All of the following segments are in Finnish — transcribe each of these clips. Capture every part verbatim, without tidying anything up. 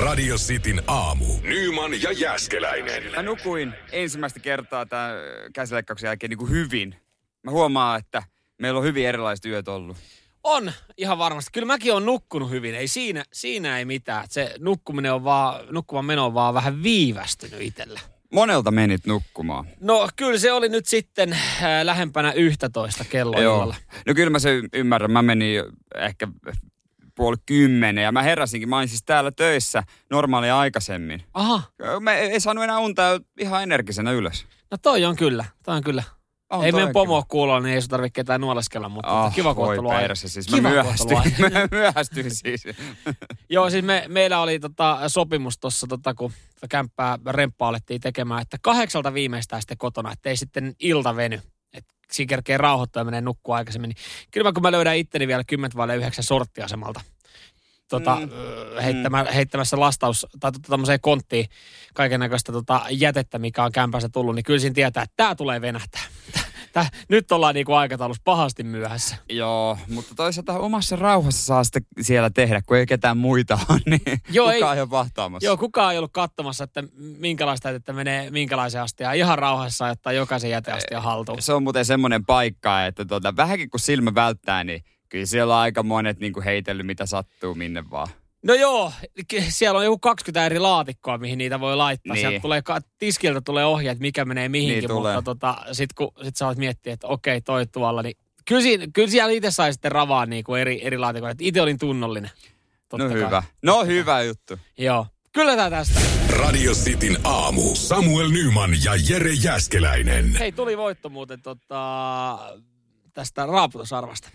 Radio Cityn aamu. Nyman ja Jääskeläinen. Mä nukuin ensimmäistä kertaa tämän käsileikkauksen jälkeen niin kuin hyvin. Mä huomaan, että meillä on hyvin erilaiset yöt ollut. On, ihan varmasti. Kyllä mäkin olen nukkunut hyvin. Ei siinä, siinä ei mitään. Se nukkuminen on vaan, nukkuvan meno on vaan vähän viivästynyt itsellä. Monelta menit nukkumaan. No kyllä se oli nyt sitten äh, lähempänä yhtätoista kelloillalla. No kyllä mä se y- ymmärrän. Mä menin ehkä puoli kymmenen ja mä heräsinkin. Mä olin siis täällä töissä normaalia aikaisemmin. Aha. Mä ei saanut enää unta ihan energisenä ylös. No toi on kyllä, toi on kyllä. On ei meidän pomo kiva. kuulla, niin ei sun tarvitse ketään nuoleskella, mutta Oh, kiva kun oot tullut aina. siis Kiva, mä myöhästyin, mä myöhästyin siis. Joo, siis me, meillä oli tota sopimus tuossa, tota, kun kämppää remppaa alettiin tekemään, että kahdeksalta viimeistään sitten kotona, ettei sitten ilta veny. Että siinä kerkee rauhoittua ja menee nukkua aikaisemmin. Niin kyllä mä, kun mä löydän itteni vielä kymmentä vaille yhdeksän sorttiasemalta tota, mm. heittämä, heittämässä lastaus, tai tota, tämmöiseen konttiin kaiken näköistä tota, jätettä, mikä on kämpässä tullut, niin kyllä siinä tietää, että tää tulee venähtää. Tää, nyt ollaan niinku aikataulussa pahasti myöhässä. Joo, mutta toisaalta omassa rauhassa saa sitten siellä tehdä, kun ei ketään muita ole, niin joo, kukaan ei ole vahtaamassa. Joo, kukaan ei ollut katsomassa, että minkälaista jätettä menee minkälaisen astiaan. Ihan rauhassa ottaa jokaisen jäteastian haltuun. Se on muuten semmoinen paikka, että tota, vähänkin kun silmä välttää, niin kyllä siellä on aika monet niin kuin heitellyt, mitä sattuu minne vaan. No joo, siellä on joku kaksikymmentä eri laatikkoa, mihin niitä voi laittaa. Niin. Sieltä tulee, tiskiltä tulee ohjeet, mikä menee mihinkin, niin mutta tota, sit kun sit sä oot miettiä, että okei, toi tuolla, niin kyllä, siinä, kyllä siellä itse sai sitten ravaa niin kuin eri, eri laatikoita. Itse olin tunnollinen. No kai. hyvä. No hyvä juttu. Joo, kyllä tää tästä. Radio Cityn aamu. Samuel Nyman ja Jere Jääskeläinen. Hei, tuli voitto muuten tota, tästä raaputusarvasta.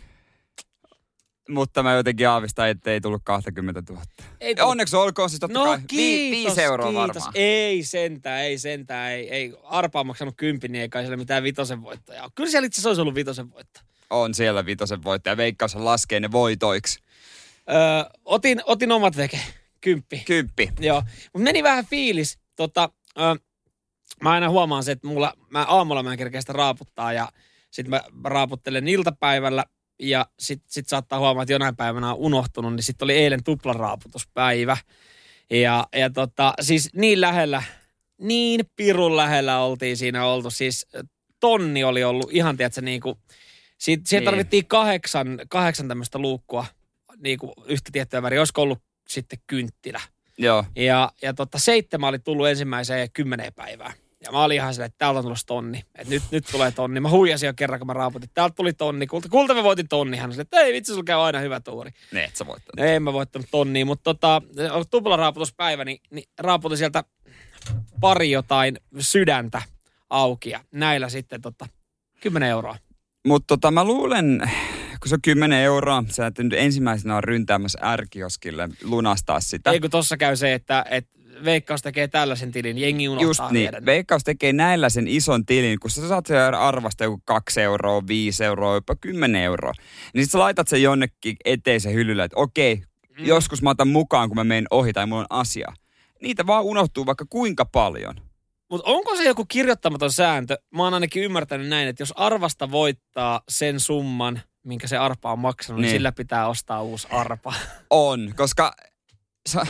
Mutta mä jotenkin aavistan, että ei tullut kaksikymmentätuhatta. Ei tullut. Onneksi olkoon siis totta No kai. kiitos, Vi- viisi euroa kiitos. varmaan. Ei sentään, ei sentään. Ei, ei. Arpa on maksanut kympin, niin ei kai siellä mitään vitosen voittoja ole. Kyllä siellä itse asiassa olisi ollut vitosen voitto. On siellä vitosen voittaja. Veikkaus laskee ne voitoiksi. Öö, otin, otin omat veke. Kymppi. Kymppi. Joo. Mutta meni vähän fiilis. Tota, öö, mä aina huomaan se, että mulla, mä aamulla mä en kerkeä sitä raaputtaa ja sit mä raaputtelen iltapäivällä. Ja sit, sit saattaa huomaa, että jonain päivänä on unohtunut, niin sitten oli eilen tuplaraaputuspäivä. Ja, ja tota, siis niin lähellä, niin pirun lähellä oltiin siinä oltu. Siis tonni oli ollut ihan, tiedätkö, niin kuin, siitä, siihen niin. tarvittiin kahdeksan, kahdeksan tämmöistä luukkua, niin kuin yhtä tiettyä väriä. Olisiko ollut sitten kynttilä? Joo. Ja, ja tota, seitsemän oli tullut ensimmäiseen kymmeneen päivään. Ja mä olin ihan silleen, että täältä on tulossa tonni. Että nyt, nyt tulee tonni. Mä huijasin jo kerran, kun mä raaputin. Täältä tuli tonni. Kulta, kulta mä voitin tonni. Hän oli silleen, että ei vitsi, sulla käy aina hyvä tuuri. Ne, et sä voittanut. No, en mä voittanut tonnia, mutta tota, tuplaraaputuspäivä, niin, niin raaputin sieltä pari jotain sydäntä auki. Ja näillä sitten tota, kymmenen euroa. Mutta tota, mä luulen, kun se on kymmenen euroa, sä et nyt ensimmäisenä on ryntäämässä R-kioskille lunastaa sitä. Ei kun tossa käy se, että et Veikkaus tekee tällaisen tilin, jengi unohtaa. Just niin, viedä. Veikkaus tekee näillä sen ison tilin, kun sä saat sen arvasta joku kaksi euroa, viisi euroa, jopa kymmenen euroa. Niin sit sä laitat sen jonnekin eteisen hyllylle, että okei, mm. joskus mä otan mukaan, kun mä menen ohi tai mulla on asia. Niitä vaan unohtuu vaikka kuinka paljon. Mutta onko se joku kirjoittamaton sääntö? Mä oon ainakin ymmärtänyt näin, että jos arvasta voittaa sen summan, minkä se arpa on maksanut, niin, niin sillä pitää ostaa uusi arpa. On, koska Sa-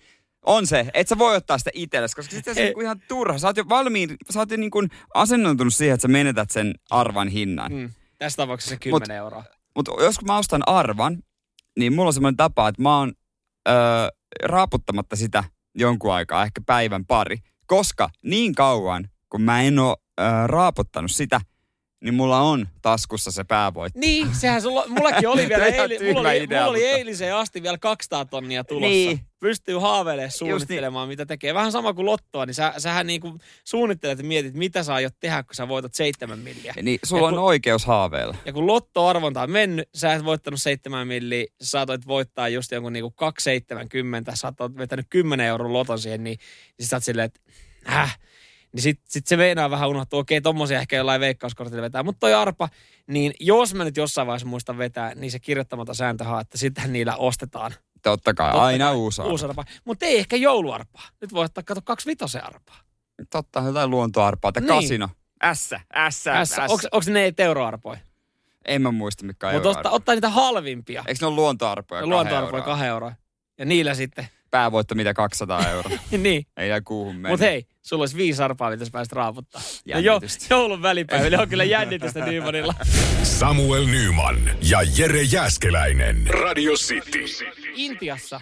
on se, et sä voi ottaa sitä itsellesi, koska sitten se on niinku ihan turha. Sä oot jo valmiin, sä oot jo niin kuin asennoitunut siihen, että sä menetät sen arvan hinnan. Mm. Tässä tapauksessa se kymmenen mut, euroa. Mutta jos mä ostan arvan, niin mulla on semmoinen tapa, että mä oon öö, raaputtamatta sitä jonkun aikaa, ehkä päivän pari. Koska niin kauan, kun mä en oo öö, raaputtanut sitä, niin mulla on taskussa se päävoitto. Niin, sehän sulla, mullakin oli vielä eili, mulla oli, idea, mulla oli mutta... eiliseen asti vielä kaksisataa tonnia tulossa. Niin. Pystyy haaveilemaan, suunnittelemaan, niin. Mitä tekee. Vähän sama kuin lottoa, niin sä, sähän niin kuin suunnittelet ja mietit, mitä sä aiot tehdä, kun sä voitat seitsemän milliä. Niin, sulla ja on kun, oikeus haaveilla. Ja kun lottoarvonta on mennyt, sä et voittanut seitsemän milliä, sä saatoit voittaa just jonkun niin kuin kaksi seitsemänkymmentä, sä oot vetänyt kymmenen euron loton siihen, niin, niin sä oot silleen, että äh, niin sit, sit se meinaa vähän unohtuu. Okei, tommosia ehkä jollain veikkauskortilla vetää. Mutta toi arpa, niin jos mä nyt jossain vaiheessa muistan vetää, niin se kirjoittamaton sääntöhän, että sitten niillä ostetaan. Totta kai, Totta aina kai, uusi arpa. Uusi arpa. Mutta ei ehkä jouluarpaa. Nyt voi ottaa, kato, kaksi vitosen arpaa. Totta, jotain luontoarpaa. Tai niin. kasino. Ässä, ässä, ässä. Onko ne euroarpoja? En mä muista, mikä on Mutta euroarpoja. ottaa, ottaa niitä halvimpia. Eikö ne ole luontoarpoja? No, luontoarpoja kahden euroa. Ja niillä sitten päävoitto mitä kaksisataa euroa. Niin. Ei jää kuuhun mennä. Mut hei, sulla olisi viisi arpaa, mitä sä pääsit raaputtaa. Ja jo, Jännitystä. joulun välipäivä, on kyllä jännitystä Nymanilla. Samuel Nyman ja Jere Jääskeläinen. Radio City. Intiassa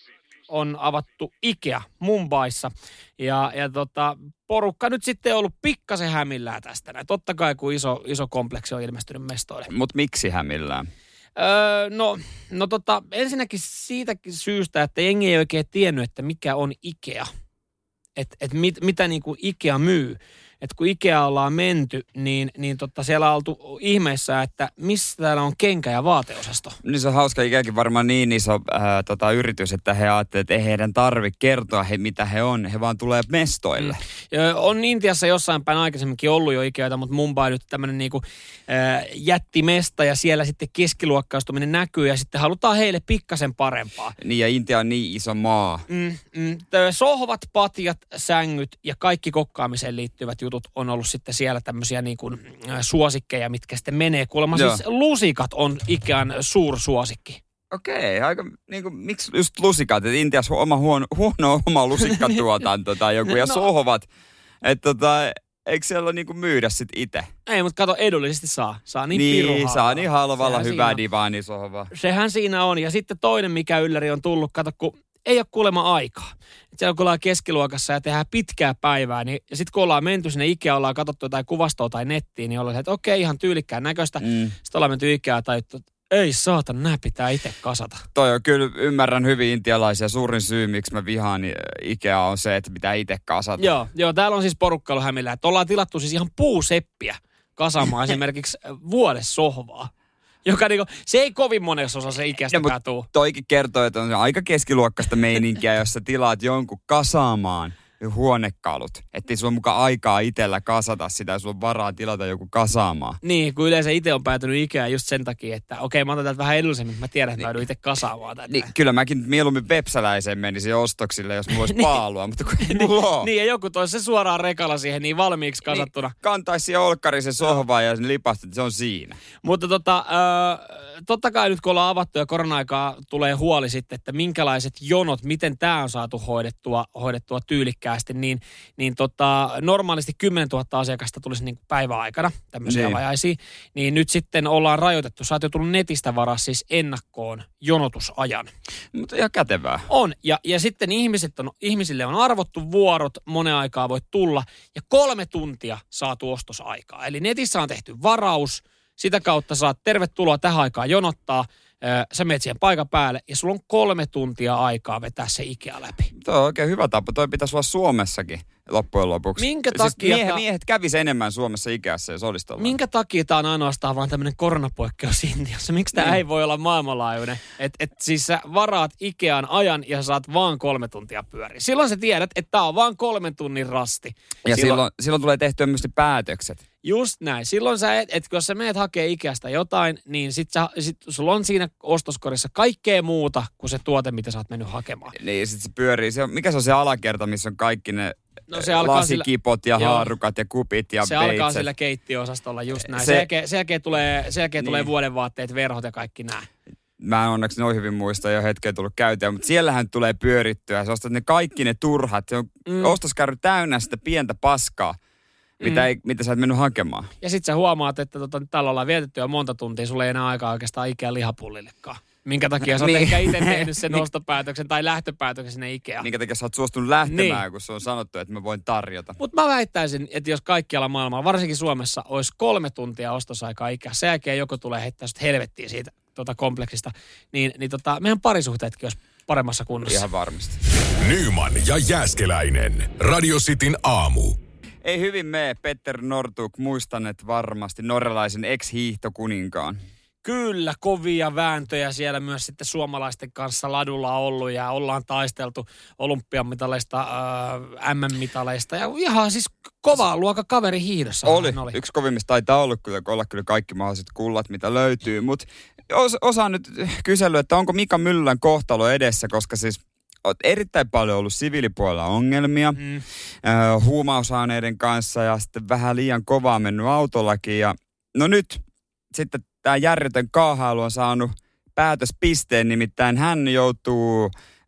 on avattu Ikea Mumbaissa. Ja, ja tota, porukka nyt sitten on ollut pikkasen hämillään tästä. Näin. Totta kai, kun iso, iso kompleksi on ilmestynyt mestoille. Mut miksi hämillään? Öö, no, no tota, ensinnäkin siitäkin syystä, että jengi ei oikein tiennyt, että mikä on Ikea. Että et mit, mitä niinku Ikea myy. Että kun Ikea ollaan menty, niin, niin totta, siellä on oltu ihmeessä, että missä täällä on kenkä- ja vaateosasto. Niin se on hauska, Ikeakin varmaan niin iso ää, tota, yritys, että he ajattelevat, että ei heidän tarvitse kertoa, he, mitä he on. He vaan tulee mestoille. Mm. On Intiassa jossain päin aikaisemminkin ollut jo Ikeata, mutta Mumbai nyt tämmöinen niinku, ää, jättimesta ja siellä sitten keskiluokkaistuminen näkyy ja sitten halutaan heille pikkasen parempaa. Niin ja Intia on niin iso maa. Mm, mm, sohvat, patjat, sängyt ja kaikki kokkaamiseen liittyvät jutut on ollut sitten siellä tämmöisiä niin kuin suosikkeja, mitkä sitten menee. Kuulemma Joo. siis lusikat on Ikean suursuosikki. Okei, aika niin kuin, miksi just lusikat? Että Intiassa on oma huono, huono oma lusikkatuotanto tai joku ja No. sohvat. Että tota, eikö siellä ole niin kuin myydä sit itse? Ei, mutta kato, edullisesti saa. Saa niin, Niin, pirun saa halvalla. niin halvalla Sehän hyvää siinä- divaanisohvaa. Sehän siinä on. Ja sitten toinen, mikä ylläri on tullut, kato, kun ei ole kuulemma aikaa. Et siellä kun ollaan keskiluokassa ja tehdään pitkää päivää, niin sitten kun ollaan menty sinne Ikea, ollaan katsottu jotain kuvastoa tai nettiin, niin ollaan, että okei, ihan tyylikkään näköistä. Mm. Sitten ollaan menty Ikea tai että ei saata, nää pitää itse kasata. Toi on kyllä, ymmärrän hyvin intialaisia. Suurin syy, miksi mä vihaan niin Ikea on se, että pitää itse kasata. Joo, joo, täällä on siis porukka ollut hämillä, että ollaan tilattu siis ihan puuseppiä kasaamaan esimerkiksi vuodessohvaa. Joka niinku, se ei kovin monessa osassa se Ikeastakaan No, tuu. Toikin kertoo, että on aika keskiluokkaista meininkiä, jossa tilaat jonkun kasaamaan huonekalut. Että ei sulla mukaan aikaa itsellä kasata sitä, ja sulla on varaa tilata joku kasaamaan. Niin, kun yleensä itse on päätynyt Ikeaan just sen takia, että okei, mä otan täältä vähän edullisemmin, mä tiedän, että mä joudun itse kasaamaan tätä. Niin, kyllä mäkin mieluummin Vepsäläiseen menisin ostoksille, jos mulla olisi Niin. paalua, mutta kun ei mulla ole. Niin, ja joku toisi se suoraan rekalla siihen niin valmiiksi kasattuna. Niin, kantaisi siihen olkkariin se sohvaa ja sen lipasta, että se on siinä. Mutta tota, äh, totta kai nyt kun ollaan avattu ja korona-aikaa tulee huoli sitten, että minkälaiset jonot, miten tämä on saatu hoidettua, hoidettua tyylikkäästi, niin, niin tota, normaalisti kymmenentuhatta asiakasta tulisi niin kuin päiväaikana tämmöisiä Niin. avajaisia, niin nyt sitten ollaan rajoitettu. Sä oot jo tullut netistä varaa siis ennakkoon jonotusajan. Mutta ihan kätevää. On, ja, ja sitten ihmiset on, ihmisille on arvottu vuorot, monen aikaa voit tulla, ja kolme tuntia saatu ostosaikaa. Eli netissä on tehty varaus, sitä kautta saat tervetuloa tähän aikaan jonottaa, Öö, sä menet siihen paikan päälle, ja sulla on kolme tuntia aikaa vetää se Ikea läpi. Tuo on oikein hyvä tapa. Toi pitäisi olla Suomessakin loppujen lopuksi. Minkä siis takia miehet, tää- miehet kävisi enemmän Suomessa Ikeassa, jos olisi tuolla. Minkä takia tämä on ainoastaan vaan tämmöinen koronapoikkeus Intiassa? Miksi tämä Niin. ei voi olla maailmanlaajuinen? Että et siis sä varaat Ikean ajan ja saat vaan kolme tuntia pyöriä. Silloin sä tiedät, että tämä on vaan kolmen tunnin rasti. Ja silloin, silloin, silloin tulee tehtyä myös ne päätökset. Just näin. Silloin sä, et, et jos sä menet hakee Ikeasta jotain, niin sit, sä, sit sulla on siinä ostoskorissa kaikkea muuta kuin se tuote, mitä sä oot mennyt hakemaan. Niin, sit se pyörii. Se on, mikä se on se alakerta, missä on kaikki ne No se alkaa lasikipot ja Joo. haarukat ja kupit ja Se peitset. alkaa sillä keittiöosastolla just näin. Se- Sen jälkeen, sen jälkeen tulee, sen jälkeen Niin. tulee vuodenvaatteet, verhot ja kaikki nämä. Mä en onneksi noin hyvin muista, jo hetkeä tullut käytyä, mutta siellähän tulee pyörittyä. Sä ostat ne kaikki ne turhat. Se on Mm. ostoskärry täynnä sitä pientä paskaa, mitä, Mm. ei, mitä sä et mennyt hakemaan. Ja sit sä huomaat, että tota, täällä ollaan vietetty jo monta tuntia, sulla ei enää aikaa oikeastaan Ikea lihapullillekaan. Minkä takia sä oot Niin. ehkä itse tehnyt sen Niin. ostopäätöksen tai lähtöpäätöksen sinne Ikeaan. Minkä takia sä oot suostunut lähtemään, Niin. kun se on sanottu, että mä voin tarjota. Mutta mä väittäisin, että jos kaikkialla maailmalla, varsinkin Suomessa, olisi kolme tuntia ostosaikaa Ikea, sen jälkeen joku tulee heittää sut helvettiin siitä tota kompleksista, niin, niin tota, meidän parisuhteetkin olisi paremmassa kunnossa. Ihan varmasti. Nyman ja Jääskeläinen. Radio Cityn aamu. Ei hyvin mene, Petter Nortuk, muistanet varmasti norjalaisen ex-hiihtokuninkaan. Kyllä, kovia vääntöjä siellä myös sitten suomalaisten kanssa ladulla ollut ja ollaan taisteltu olympiamitaleista, äh, M M-mitaleista ja ihan siis kova luokan kaveri hiihdossa. Oli. hän oli. Yksi kovimmista taitaa ollut kyllä, olla kyllä kaikki mahdolliset kullat, mitä löytyy. Mutta os, osaan nyt kyselyä, että onko Mika Myllylän kohtalo edessä, koska siis oot erittäin paljon ollut siviilipuolella ongelmia Mm. äh, huumausaineiden kanssa ja sitten vähän liian kovaa mennyt autollakin. Ja no nyt sitten tämä järjetön kaahailu on saanut päätöspisteen, nimittäin hän joutuu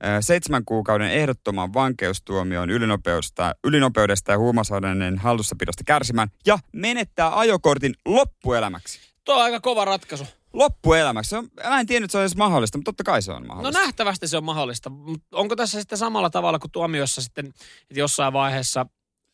seitsemän kuukauden ehdottoman vankeustuomioon ylinopeudesta, ylinopeudesta ja huumausaineiden hallussapidosta kärsimään ja menettää ajokortin loppuelämäksi. Tuo on aika kova ratkaisu. Loppuelämäksi. Se on, mä en tiennyt, että se on edes mahdollista, mutta totta kai se on mahdollista. No nähtävästi se on mahdollista. Onko tässä sitten samalla tavalla kuin tuomiossa sitten, että jossain vaiheessa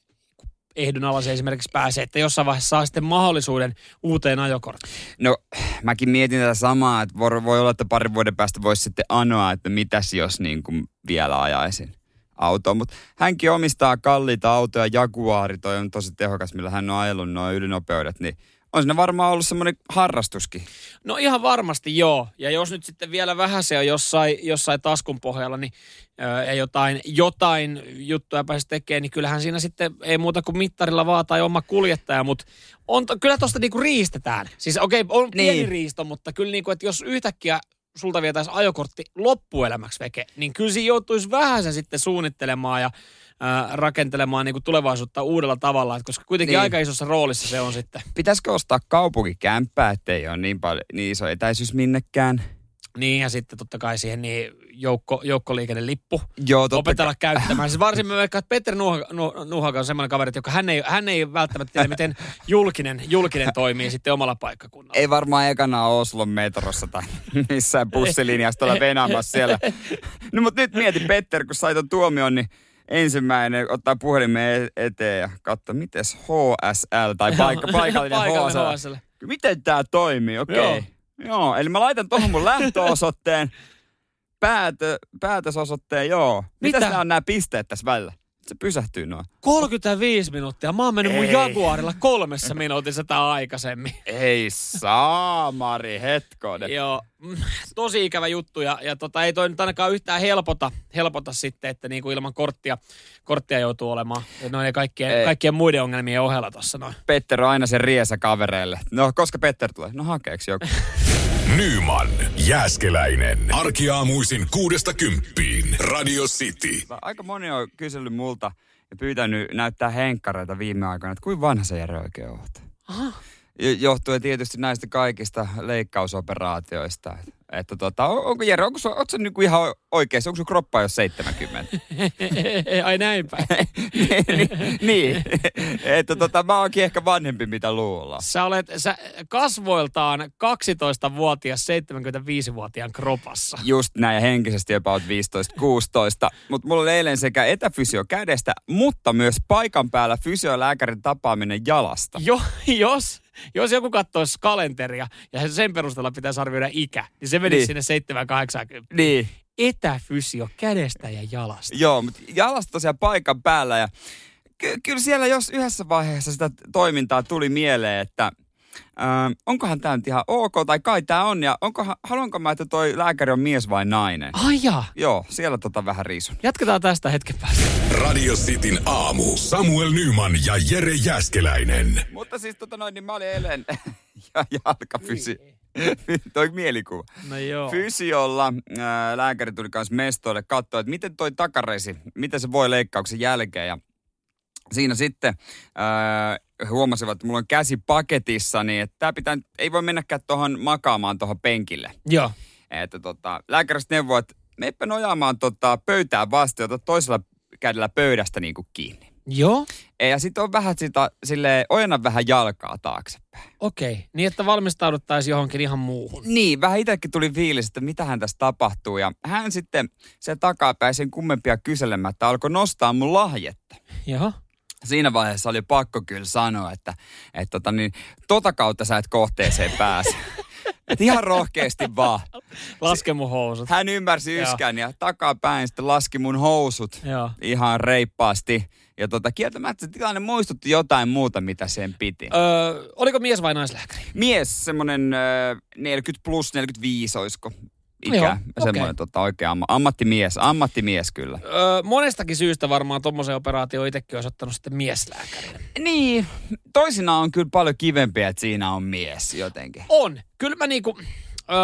ehdonalaisen esimerkiksi pääsee, että jossain vaiheessa saa sitten mahdollisuuden uuteen ajokorttiin? No, mäkin mietin tätä samaa, että voi, voi olla, että parin vuoden päästä voisi sitten anoa, että mitäs jos niin kuin vielä ajaisin autoa. Mutta hänkin omistaa kalliita autoja, Jaguari, toi on tosi tehokas, millä hän on ajellut nuo ylinopeudet, niin on siinä varmaan ollut semmoinen harrastuskin. No ihan varmasti joo. Ja jos nyt sitten vielä vähän se on jossain, jossain taskun pohjalla, niin ää, jotain, jotain juttuja pääsisi tekemään, niin kyllähän siinä sitten ei muuta kuin mittarilla vaan tai oma kuljettaja, mutta on, kyllä tuosta niinku riistetään. Siis okei, okay, on pieni niin. riisto, mutta kyllä niinku, että jos yhtäkkiä sulta vietäisi ajokortti loppuelämäksi veke, niin kyllä siinä joutuisi vähän sen sitten suunnittelemaan ja ää, rakentelemaan niinku tulevaisuutta uudella tavalla, et koska kuitenkin niin. aika isossa roolissa se on sitten. Pitäisikö ostaa kaupunkikämppää, ettei ole niin, paljon, niin iso etäisyys minnekään? Niin, ja sitten totta kai siihen niin joukko, joukkoliikennelippu Joo, opetella kai. käyttämään. Siis varsinkin vaikka, että Petteri Nuuhaka on semmoinen kaveri, joka hän ei, hän ei välttämättä tiedä, miten julkinen, julkinen toimii sitten omalla paikkakunnalla. Ei varmaan ekana Oslon metrossa tai missään bussilinjassa tuolla venaamassa siellä. No mutta nyt mieti, Petteri, kun sait ton tuomion, niin ensimmäinen ottaa puhelimen eteen ja katso, mites H S L tai paikka, paikallinen, paikallinen H S L. Miten tää toimii? Okei. Okay. Joo, eli mä laitan tuohon mun lähtöosoitteen, päätö, päätösosoitteen, joo. Mitä? Mitäs nämä on nämä pisteet tässä välillä? Se pysähtyy noin. kolmekymmentäviisi minuuttia. Mä oon mennyt Ei. mun Jaguarilla kolmessa minuutissa tää aikaisemmin. Ei saamari, hetkonen. Joo, tosi ikävä juttu ja, ja tota, ei toi nyt ainakaan yhtään helpota, helpota sitten, että niinku ilman korttia, korttia joutuu olemaan. Noin kaikkien, kaikkien muiden ongelmien ohella tossa noin. Petter on aina sen riesa kavereille. No, koska Petter tulee? No hakeeks joku? Nyman, Jääskeläinen. Arkiaamuisin kuudesta kymppiin. Radio City. Aika moni on kysellyt multa ja pyytänyt näyttää henkkareita viime aikoina, että kuinka vanha se Jere oikein oot. Aha. Johtuen tietysti näistä kaikista leikkausoperaatioista. Että tota, onko Jere, onko oot sä niinku ihan oikeassa, onko sun kroppa jo seitsemänkymmentä? Ai näin päin. niin, niin. Että tota, mä oonkin ehkä vanhempi, mitä luullaan. Sä olet sä kasvoiltaan kaksitoistavuotias seitsemänkymmentäviisivuotiaan kropassa. Just näin, ja henkisesti jopa oot viisitoista kuusitoista. Mutta mulla oli eilen sekä etäfysio kädestä, mutta myös paikan päällä fysiolääkärin tapaaminen jalasta. Jo, jos... Jos joku katsoisi kalenteria ja sen perusteella pitäisi arvioida ikä, niin se menisi niin. sinne seitsemän kahdeksankymmentä. Niin. Etäfysio kädestä ja jalasta. Joo, mutta jalasta tosiaan paikan päällä ja ky- kyllä siellä jos yhdessä vaiheessa sitä toimintaa tuli mieleen, että äh, onkohan tämä nyt ihan ok tai kai tämä on ja onkohan, haluanko mä, että toi lääkäri on mies vai nainen? Ai jaa. Joo, siellä tota vähän riisun. Jatketaan tästä hetken päästä. Radio Cityn aamu. Samuel Nyman ja Jere Jääskeläinen. Mutta siis tota noin, niin mä olin eilen ja jalkafysi. toi mielikuva. No joo. Fysiolla ää, lääkäri tuli kanssa mestoille katsoa, että miten toi takaresi, miten se voi leikkauksen jälkeen. Ja siinä sitten ää, huomasivat, että mulla on käsi paketissa, niin että tää pitää, ei voi mennäkään tuohon makaamaan tuohon penkille. Joo. Että tota, lääkäristä neuvoo, että meipä nojaamaan tota pöytään vasten, ota toisella kädellä pöydästä niin kuin kiinni. Joo. Ja sitten on vähän sitä, silleen, ojenna vähän jalkaa taaksepäin. Okei, niin että valmistauduttaisiin johonkin ihan muuhun. Niin, vähän itsekin tuli fiilis, että mitähän tässä tapahtuu. Ja hän sitten sen takapäin sen kummempia kyselemättä alkoi nostaa mun lahjetta. Joo. Siinä vaiheessa oli pakko kyllä sanoa, että et tota niin, tota kautta sä et kohteeseen pääse. Että ihan rohkeasti vaan. Laske mun housut. Hän ymmärsi yskän ja takapäin sitten laski mun housut. Joo. Ihan reippaasti. Ja tota, kieltämättä se tilanne muistutti jotain muuta, mitä sen piti. Öö, oliko mies vai naislääkäri? Mies, semmoinen öö, neljäkymmentä plus neljäkymmentäviisi olisiko ikä. Joo, semmoinen okay. tota, oikea amma, ammattimies, ammattimies kyllä. Öö, monestakin syystä varmaan tommoisen operaatio itsekin olisi ottanut sitten mieslääkärin. Niin, toisinaan on kyllä paljon kivempiä, että siinä on mies jotenkin. On. Kyllä mä niinku... Öö,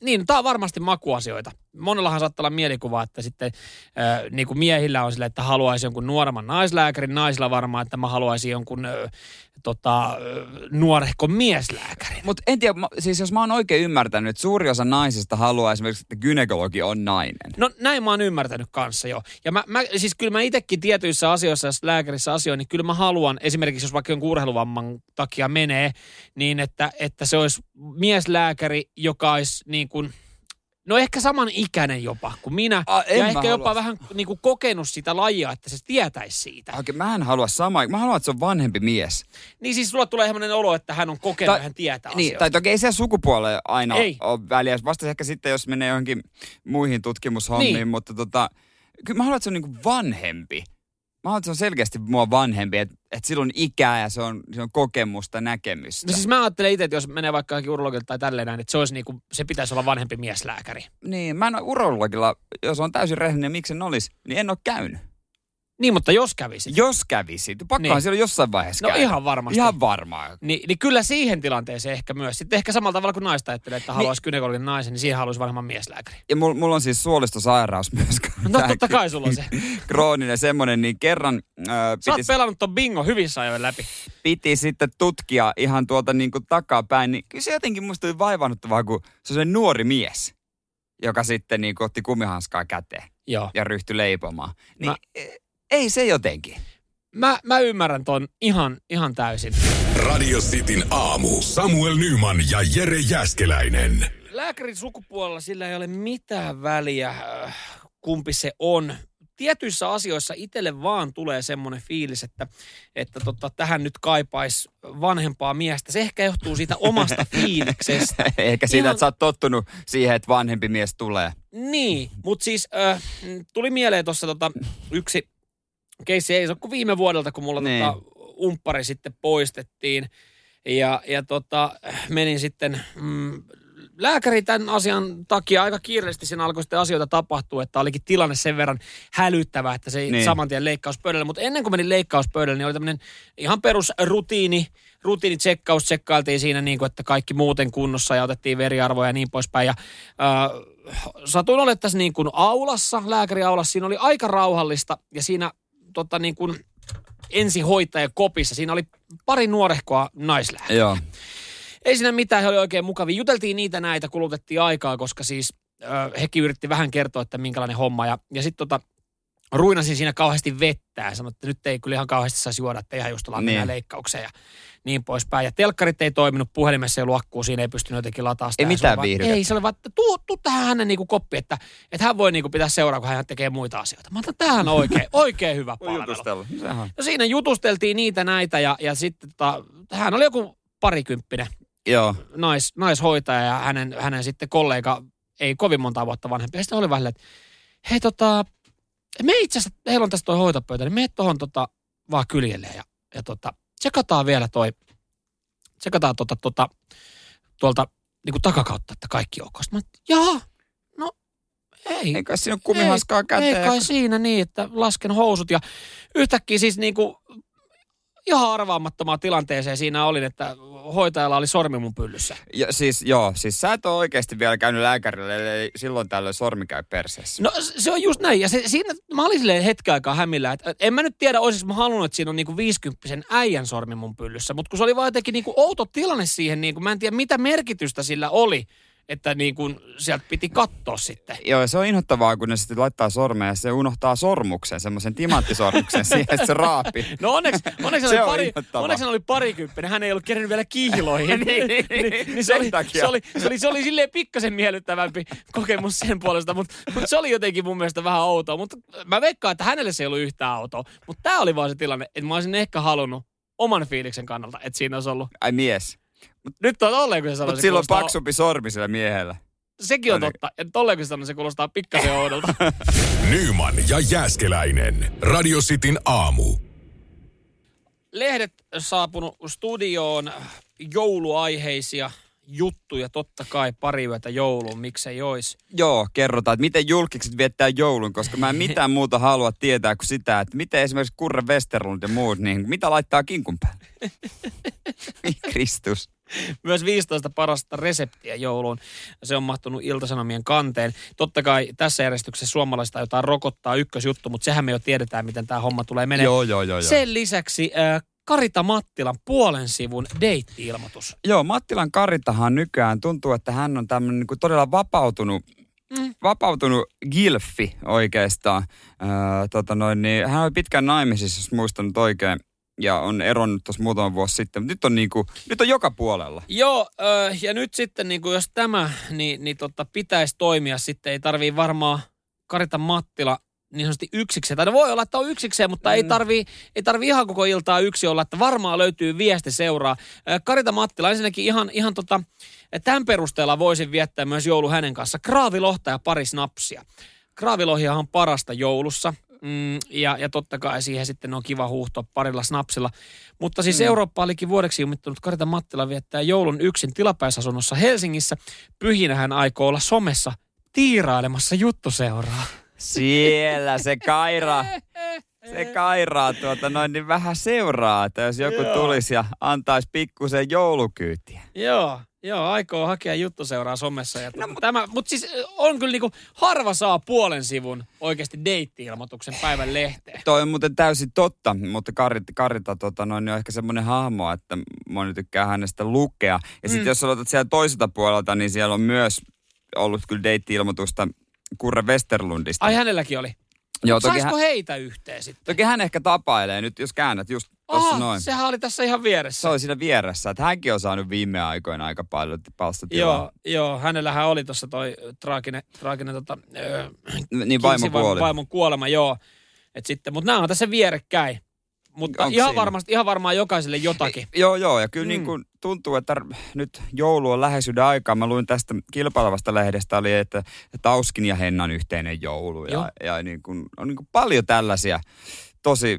Niin, tämä on varmasti makuasioita. Monellahan saattaa olla mielikuva, että sitten äh, niin kuin miehillä on silleen, että haluaisi jonkun nuoremman naislääkärin, naisilla varmaan, että mä haluaisin jonkun äh, tota, äh, nuorehko mieslääkärin. Mutta en tiedä, siis jos mä oon oikein ymmärtänyt, että suuri osa naisista haluaa esimerkiksi, että gynekologi on nainen. No näin mä oon ymmärtänyt kanssa jo. Ja mä, mä siis kyllä mä itsekin tietyissä asioissa, jos lääkärissä asioin, niin kyllä mä haluan, esimerkiksi jos vaikka jonkun urheiluvamman takia menee, niin että, että se olisi mieslääkäri, joka olisi niin kuin, no ehkä saman ikäinen jopa kuin minä. A, ja ehkä halua. jopa vähän niin kuin kokenut sitä lajia, että se tietäisi siitä. Okei, mä en halua samaa. Mä haluan, että se on vanhempi mies. Niin siis sulla tulee sellainen olo, että hän on kokenut ja hän tietää niin, asioista. tai toki ei se sukupuolelle aina ei. ole väliä. Vasta ehkä sitten, jos menee johonkin muihin tutkimushommiin, niin. Mutta tota, kyllä mä haluan, että se on niin kuin vanhempi. Mä haluan, että se on selkeästi mua vanhempi, että, että sillä on ikää ja se on, se on kokemusta, näkemystä. No siis mä ajattelen itse, että jos menee vaikka johonkin urologilta tai tälleen näin, että se, olisi niinku, se pitäisi olla vanhempi mieslääkäri. Niin, mä en ole urologilla, jos on täysin rehellinen, miksi en olisi, niin en ole käynyt. Niin, mutta jos kävisit. Jos kävisit. Pakkohan niin. siellä jossain vaiheessa No käydä. ihan varmasti. Ihan varmaan. Ni, niin kyllä siihen tilanteeseen ehkä myös. Sitten ehkä samalla tavalla kuin naista ajattelee, että haluaisi niin. gynekologin naisen, niin siihen haluaisi vanhemman mieslääkäri. Ja mulla mul on siis suolistosairaus myös. No totta kai sulla on se. Krooninen semmoinen, niin kerran... Äh, Sä oot pelannut ton bingo hyvissä ajoin läpi. Piti sitten tutkia ihan tuolta niin kuin takapäin, niin kyllä se jotenkin musta tuli vaivannuttavaa, kun se on se nuori mies, joka sitten niin kuin otti kumihanskaa käteen. Joo. Ja ryhtyi leipomaan. Niin Mä... ei se jotenkin. Mä, mä ymmärrän ton ihan, ihan täysin. Radio Cityn aamu. Samuel Nyman ja Jere Jääskeläinen. Lääkärin sukupuolella sillä ei ole mitään väliä, kumpi se on. Tietyissä asioissa itselle vaan tulee semmoinen fiilis, että, että tota, tähän nyt kaipaisi vanhempaa miestä. Se ehkä johtuu siitä omasta fiiliksestä. Ehkä siitä, Ihan... että sä oot tottunut siihen, että vanhempi mies tulee. Niin, mutta siis äh, tuli mieleen tuossa tota, yksi keissi, ei se ole kuin viime vuodelta, kun mulla niin. tota, umppari sitten poistettiin. Ja, ja tota, menin sitten... Mm, lääkäri tämän asian takia aika kiireellisesti siinä alkoi sitten asioita tapahtua, että olikin tilanne sen verran hälyttävä, että se ei niin. saman tien leikkauspöydälle. Mutta ennen kuin menin leikkauspöydälle, niin oli tämmöinen ihan perusrutiini, rutiinitsekkaus. Tsekkailtiin siinä niin kuin, että kaikki muuten kunnossa ja otettiin veriarvoja ja niin poispäin. Ja äh, satuin olemaan tässä niin kuin aulassa, lääkäriaulassa. Siinä oli aika rauhallista ja siinä tota niin kuin ensihoitaja kopissa. Siinä oli pari nuorehkoa naislääkäriä. Joo. Ei siinä mitään, he oli oikein mukavia. Juteltiin niitä näitä, kulutettiin aikaa, koska siis ö, hekin yritti vähän kertoa, että minkälainen homma. Ja, ja sitten tota, ruinasin siinä kauheasti vettä ja sanoin, että nyt ei kyllä ihan kauheasti saisi juoda, että ihan just ollaan niin. leikkaukseen ja niin poispäin. Ja telkkarit ei toiminut, puhelimessa ei ollut akkuu, siinä ei pystynyt jotenkin lataamaan sitä. Ei mitään viihdytettä. Ei, se oli vaan, että tuu, tuu tähän hänen niinku koppi, että, että hän voi niinku pitää seuraa, kun hän tekee muita asioita. Mä ajattelin, tämähän on oikein, oikein hyvä palvelu. No siinä jutusteltiin niitä näitä ja, ja sitten tota, hän oli joku parikymppinen. Joo. Nais, naishoitaja ja hänen, hänen sitten kollega, ei kovin monta vuotta vanhempi. Ja sitten oli vähän, että hei tota, me itse asiassa, heillä on tässä toi hoitopöytä, niin mene tohon tota vaan kyljelle ja, ja tota, tsekataan vielä toi, tsekataan tota, tota, tuolta niinku takakautta, että kaikki ok. Sitten mä, jaha, no ei. Eikä siinä ole kumihanskaa käteen. Ei kai siinä niin, että lasken housut ja yhtäkkiä siis niinku ihan arvaamattomaan tilanteeseen siinä olin, että hoitajalla oli sormi mun pyllyssä. Ja siis joo, siis sä et ole oikeasti vielä käynyt lääkärille, eli silloin tällöin sormi käy perseessä. No se on just näin, ja se, siinä mä olin silleen hetken aikaa hämillä, että en mä nyt tiedä, olisinko mä halunnut, että siinä on niinku viisikymppisen äijän sormi mun pyllyssä, mutta kun se oli vaan jotenkin niinku outo tilanne siihen, niinku, mä en tiedä mitä merkitystä sillä oli, että niin kuin sieltä piti katsoa sitten. Joo, se on inhottavaa, kun ne sitten laittaa sormea ja se unohtaa sormuksen, semmoisen timanttisormuksen siihen, että se raapi. No onneksi, onneksi, se oli, pari, onneksi oli parikymppinen, hän ei ollut kerännyt vielä kihloihin. niin, niin, niin, niin se, oli, se, oli, se, oli, se oli silleen pikkasen miellyttävämpi kokemus sen puolesta, mutta, mutta se oli jotenkin mun mielestä vähän outoa. Mutta mä veikkaan, että hänelle se ei ollut yhtään outoa. Mutta tää oli vaan se tilanne, että mä olisin ehkä halunnut oman fiiliksen kannalta, että siinä olisi ollut. Ai mies. Mut nyt on tolleen, kun se sanoo. Mutta silloin kuulostaa... paksumpi sormi sillä miehellä. Sekin on totta. Ja tolleen, kun se sanoo, se kuulostaa pikkasen oudolta. Nyman ja Jääskeläinen. Radio Cityn aamu. Lehdet saapunut studioon, jouluaiheisia juttuja. Totta kai pari yötä jouluun, miksei ois. Joo, kerrotaan, että miten julkikset viettää joulun, koska mä en mitään muuta halua tietää kuin sitä, että miten esimerkiksi Kurre Westerlund ja muut, niin mitä laittaa kinkun päälle? Kristus. Myös viisitoista parasta reseptiä jouluun. Se on mahtunut Ilta-Sanomien kanteen. Totta kai tässä järjestyksessä suomalaista jotain rokottaa ykkösjuttu, mutta sehän me jo tiedetään, miten tämä homma tulee menemään. Joo, joo, joo. joo. Sen lisäksi äh, Karita Mattilan puolen sivun deitti-ilmoitus. Joo, Mattilan Karitahan nykyään tuntuu, että hän on tämmöinen niin kuin todella vapautunut, mm. vapautunut gilfi oikeastaan. Öö, tota noin, niin, hän oli pitkään naimisissa, jos muistan oikein. Ja on eronnut tuossa muutama vuosi sitten, mutta nyt on, niinku, nyt on joka puolella. Joo, äh, ja nyt sitten niinku, jos tämä niin, niin tota, pitäisi toimia sitten, ei tarvii varmaan Karita Mattila niin sanotusti yksikseen. Tai no voi olla, että on yksikseen, mutta mm. ei tarvii, ei tarvii ihan koko iltaa yksi olla, että varmaan löytyy viesti seuraa. Äh, Karita Mattila ensinnäkin ihan, ihan tota, tämän perusteella voisin viettää myös joulu hänen kanssa. Kraavilohta ja pari snapsia. Kraavilohjahan on parasta joulussa. Mm, ja, ja totta kai siihen sitten on kiva huuhtoa parilla snapsilla. Mutta siis mm. Eurooppa olikin vuodeksi jumittunut Karita Mattila viettää joulun yksin tilapäisasunnossa Helsingissä. Pyhinä hän aikoo olla somessa tiirailemassa juttuseuraa. Siellä se kairaa. Se kairaa tuota noin niin vähän seuraa, että jos joku Joo. tulisi ja antaisi pikkusen joulukyytiä. Joo. Joo, aikoo hakea juttuseuraa somessa. Ja no, tämä, mutta siis on kyllä niinku, harva saa puolen sivun oikeasti deitti-ilmoituksen päivän lehteen. Toi on muuten täysin totta, mutta Karita, Karita tota noin, on ehkä semmoinen hahmo, että moni tykkää hänestä lukea. Ja sitten mm. jos aloitat siellä toiselta puolelta, niin siellä on myös ollut kyllä deitti-ilmoitusta Kurre Westerlundista. Ai hänelläkin oli? Joo, saisiko hän, heitä yhteen sitten? Toki hän ehkä tapailee nyt, jos käännät just tuossa noin. Sehän oli tässä ihan vieressä. Se oli siinä vieressä, että hänkin on saanut viime aikoina aika paljon palstatilaa. Joo, joo, hänellähän oli tuossa toi traaginen, traaginen tota, öö, niin vaimon kuoli. Vaimon kuolema, joo. Et sitten, mutta nämä on tässä vierekkäin. Mutta ihan, varmasti, ihan varmaan jokaiselle jotakin. E, joo, joo, ja kyllä mm. niin kuin tuntuu, että nyt joulu on läheisyyden aikaa. Mä luin tästä kilpailevasta lehdestä, oli, että Tauskin ja Hennan yhteinen joulu. Ja, ja niin kuin, on niin kuin paljon tällaisia tosi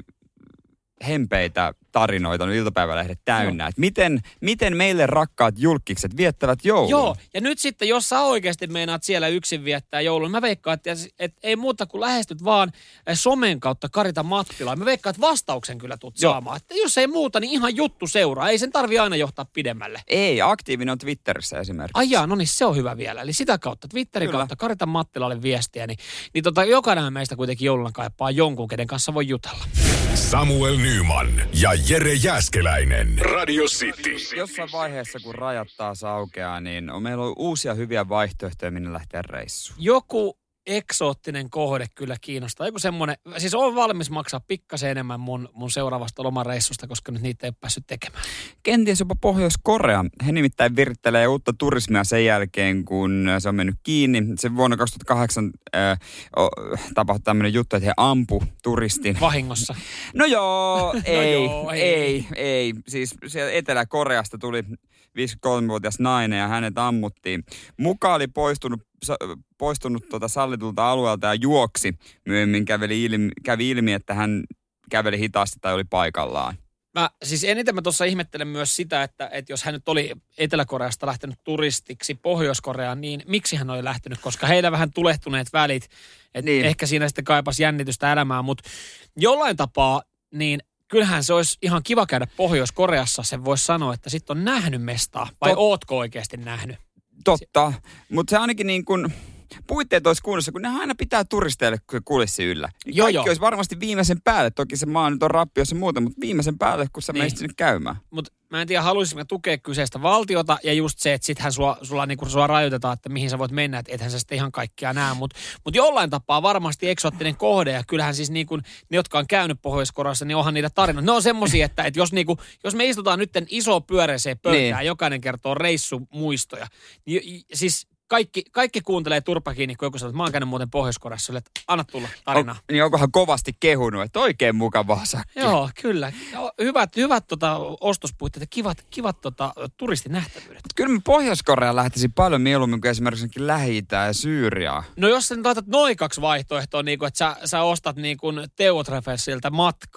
hempeitä tarinoita on iltapäivälehdet täynnä. Että miten, miten meille rakkaat julkkikset viettävät joulun? Joo, ja nyt sitten, jos sä oikeasti meinaat siellä yksin viettää joulun, mä veikkaan, että, että ei muuta kuin lähestyt vaan somen kautta Karita Mattilaa. Mä veikkaan, että vastauksen kyllä tuut Joo. saamaan. Että jos ei muuta, niin ihan juttu seuraa. Ei sen tarvi aina johtaa pidemmälle. Ei, aktiivinen on Twitterissä esimerkiksi. Ai jaa, no niin se on hyvä vielä. Eli sitä kautta, Twitterin kyllä. kautta Karita Mattilalle viestiä, niin, niin tota, jokainen meistä kuitenkin jouluna kaipaa jonkun, kenen kanssa voi jutella. Samuel Nyman ja Jere Jääskeläinen. Radio City. Jossain vaiheessa, kun rajat taas aukeaa, niin on meillä on uusia hyviä vaihtoehtoja, minne lähteä reissuun. Joku eksoottinen kohde kyllä kiinnostaa. Joku semmoinen, siis on valmis maksaa pikkasen enemmän mun, mun seuraavasta lomareissusta, koska nyt niitä ei ole päässyt tekemään. Kenties jopa Pohjois-Korea. He nimittäin virittelee uutta turismia sen jälkeen, kun se on mennyt kiinni. Se vuonna kaksituhattakahdeksan äh, tapahtui tämmöinen juttu, että he ampu turistin. Vahingossa. No joo, ei, no joo, ei, ei, ei. Siis siellä Etelä-Koreasta tuli viisikymmentäkolmevuotias nainen ja hänet ammuttiin. Muka oli poistunut, poistunut tuota sallitulta alueelta ja juoksi. Myöhemmin käveli ilmi, kävi ilmi, että hän käveli hitaasti tai oli paikallaan. Mä, siis eniten mä tuossa ihmettelen myös sitä, että, että jos hän nyt oli Etelä-Koreasta lähtenyt turistiksi Pohjois-Koreaan, niin miksi hän oli lähtenyt? Koska heillä vähän tulehtuneet välit, että niin. ehkä siinä sitten kaipasi jännitystä elämään, mutta jollain tapaa niin kyllähän se olisi ihan kiva käydä Pohjois-Koreassa, sen voisi sanoa, että sitten on nähnyt mestaa, vai Tot... ootko oikeasti nähnyt? Totta, mutta se ainakin niin kuin puitteet olisi kunnossa, kun ne aina pitää turisteille kulissi yllä. Niin joo, kaikki joo. olisi varmasti viimeisen päälle. Toki se maa nyt on rappiossa muuta, mutta viimeisen päälle, kun sä niin. menisit sinne käymään. Mutta mä en tiedä, haluaisinko tukea kyseistä valtiota ja just se, että sittenhän sua, sulla, niin sua rajoitetaan, että mihin sä voit mennä, että ethän sä sitten ihan kaikkia näe. Mutta mut jollain tapaa varmasti eksoottinen kohde ja kyllähän siis niin kuin ne, jotka on käynyt Pohjois-Koreassa, niin onhan niitä tarinoita. Ne on semmosia, että, että jos, niin kuin, jos me istutaan nyt iso pyöreiseen pöytään, niin. jokainen kertoo reissumuistoja, niin siis Kaikki, kaikki kuuntelee turpa kiinni, kun joku sanoo, että mä oon käynyt muuten Pohjois-Koreassa, että anna tulla tarinaa. O, niin onkohan kovasti kehunut, että oikein mukavaa sakki. Joo, kyllä. Hyvät, hyvät tota, ostospuitteet ja kivat, kivat tota, turistinähtävyydet. Mut kyllä mä Pohjois-Koreaan lähtisin paljon mieluummin kuin esimerkiksi Lähi-Itää ja Syyriaa. No jos sä nyt laitat noin kaksi vaihtoehtoa, niin kuin, että sä, sä ostat niin kuin Teutrefessiltä matkaa,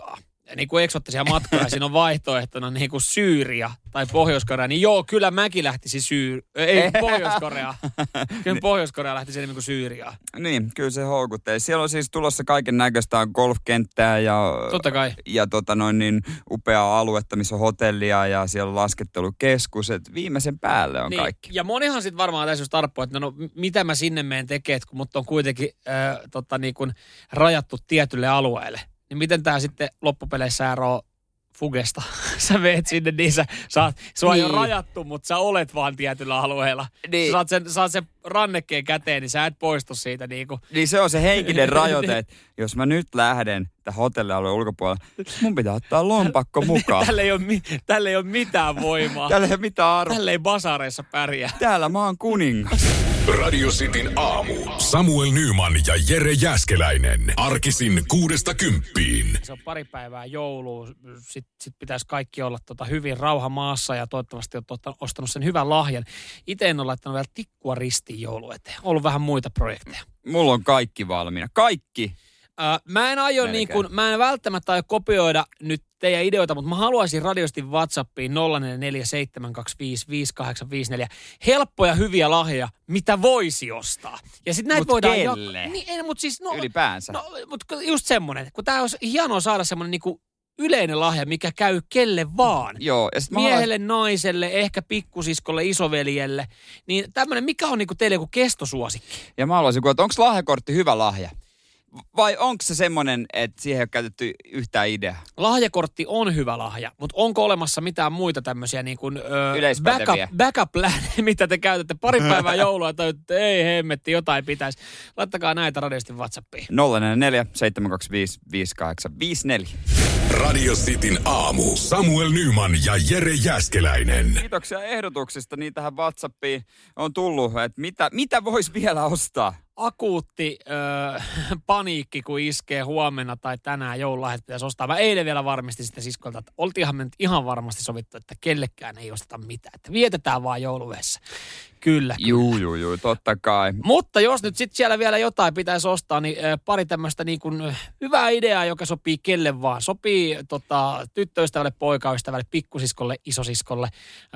niin kuin eksoottisia matkoja, siinä on vaihtoehtona niin kuin Syyria tai Pohjois-Korea, niin joo, kyllä mäkin lähtisin Syyr... Ei, Pohjois-Korea. Kyllä Pohjois-Korea lähtisi enemmän kuin Syyriaan. Niin, kyllä se houkuttelee. Siellä on siis tulossa kaiken näköistä golfkenttää ja, Totta kai. ja tota noin niin upeaa aluetta, missä on hotellia ja siellä on laskettelukeskus. Et viimeisen päälle on niin, kaikki. Ja monihan sitten varmaan tässä just tarppuu, että no, no mitä mä sinne meen tekee, kun mut on kuitenkin äh, tota, niin kuin rajattu tietylle alueelle. Niin miten tää sitten loppupeleissä eroaa Fugesta? Sä meet sinne, niin sä saat, sua niin. ei ole rajattu, mutta sä olet vaan tietyllä alueella. Niin. Sä saat sen, saat sen rannekkeen käteen, niin sä et poistu siitä. Niin, kuin. Niin se on se henkinen rajoite, että jos mä nyt lähden tämän hotellialueen ulkopuolella, mun pitää ottaa lompakko mukaan. Tällä ei ole, tälle ei ole mitään voimaa. Tällä ei ole mitään arvoa. Tällä ei basareissa pärjää. Täällä mä oon kuningas. Radio Cityn aamu. Samuel Nyman ja Jere Jääskeläinen. Arkisin kuudesta kymppiin. Se on pari päivää joulua. Sitten sit pitäisi kaikki olla tota hyvin rauha maassa ja toivottavasti olet tota, ostanut sen hyvän lahjan. Itse en ole laittanut vielä tikkua ristiin joulu eteen. On ollut vähän muita projekteja. Mulla on kaikki valmiina. Kaikki. Äh, mä en aio niin kuin, mä en välttämättä aio kopioida nyt teidän ideoita, mutta mä haluaisin radiosti WhatsAppiin nolla neljä neljä seitsemän kaksi viisi viisi kahdeksan viisi neljä helppoja hyviä lahjoja, mitä voisi ostaa. Ja sit näitä mut voidaan kelle? Niin, ei, mutta siis, no, ylipäänsä. No, mutta just semmoinen, kun tää olisi hienoa saada semmoinen niinku yleinen lahja, mikä käy kelle vaan. Joo, ja sit miehelle, haluan... naiselle, ehkä pikkusiskolle, isoveljelle. Niin tämmöinen, mikä on niinku teille joku kestosuosikki? Ja mä haluaisin kuulla, että onko lahjakortti hyvä lahja? Vai onko se semmoinen, että siihen ei ole käytetty yhtään ideaa? Lahjakortti on hyvä lahja, mutta onko olemassa mitään muita tämmöisiä niin kuin öö, backup, backup plan, mitä te käytätte pari päivää joulua, tai että ei hemmetti, jotain pitäisi. Laittakaa näitä radiosti WhatsAppiin. nolla neljä neljä seitsemän kaksi viisi viisi kahdeksan viisi neljä. Radio Cityn aamu. Samuel Nyman ja Jere Jääskeläinen. Kiitoksia ehdotuksista. Niin tähän WhatsAppiin on tullut, että mitä, mitä voisi vielä ostaa? Akuutti öö, paniikki, kun iskee huomenna tai tänään joululahjat pitäisi ostaa. Mä eilen vielä varmistin sitten siskolta, että oltiinhan me nyt ihan varmasti sovittu, että kellekään ei osteta mitään. Että vietetään vaan jouluyhdessä. Kyllä, kyllä. Juu, juu, juu, totta kai. Mutta jos nyt sitten siellä vielä jotain pitäisi ostaa, niin pari tämmöistä niin kuin hyvää ideaa, joka sopii kelle vaan. Sopii tota, tyttöystävälle, poikaystävälle, pikkusiskolle, isosiskolle.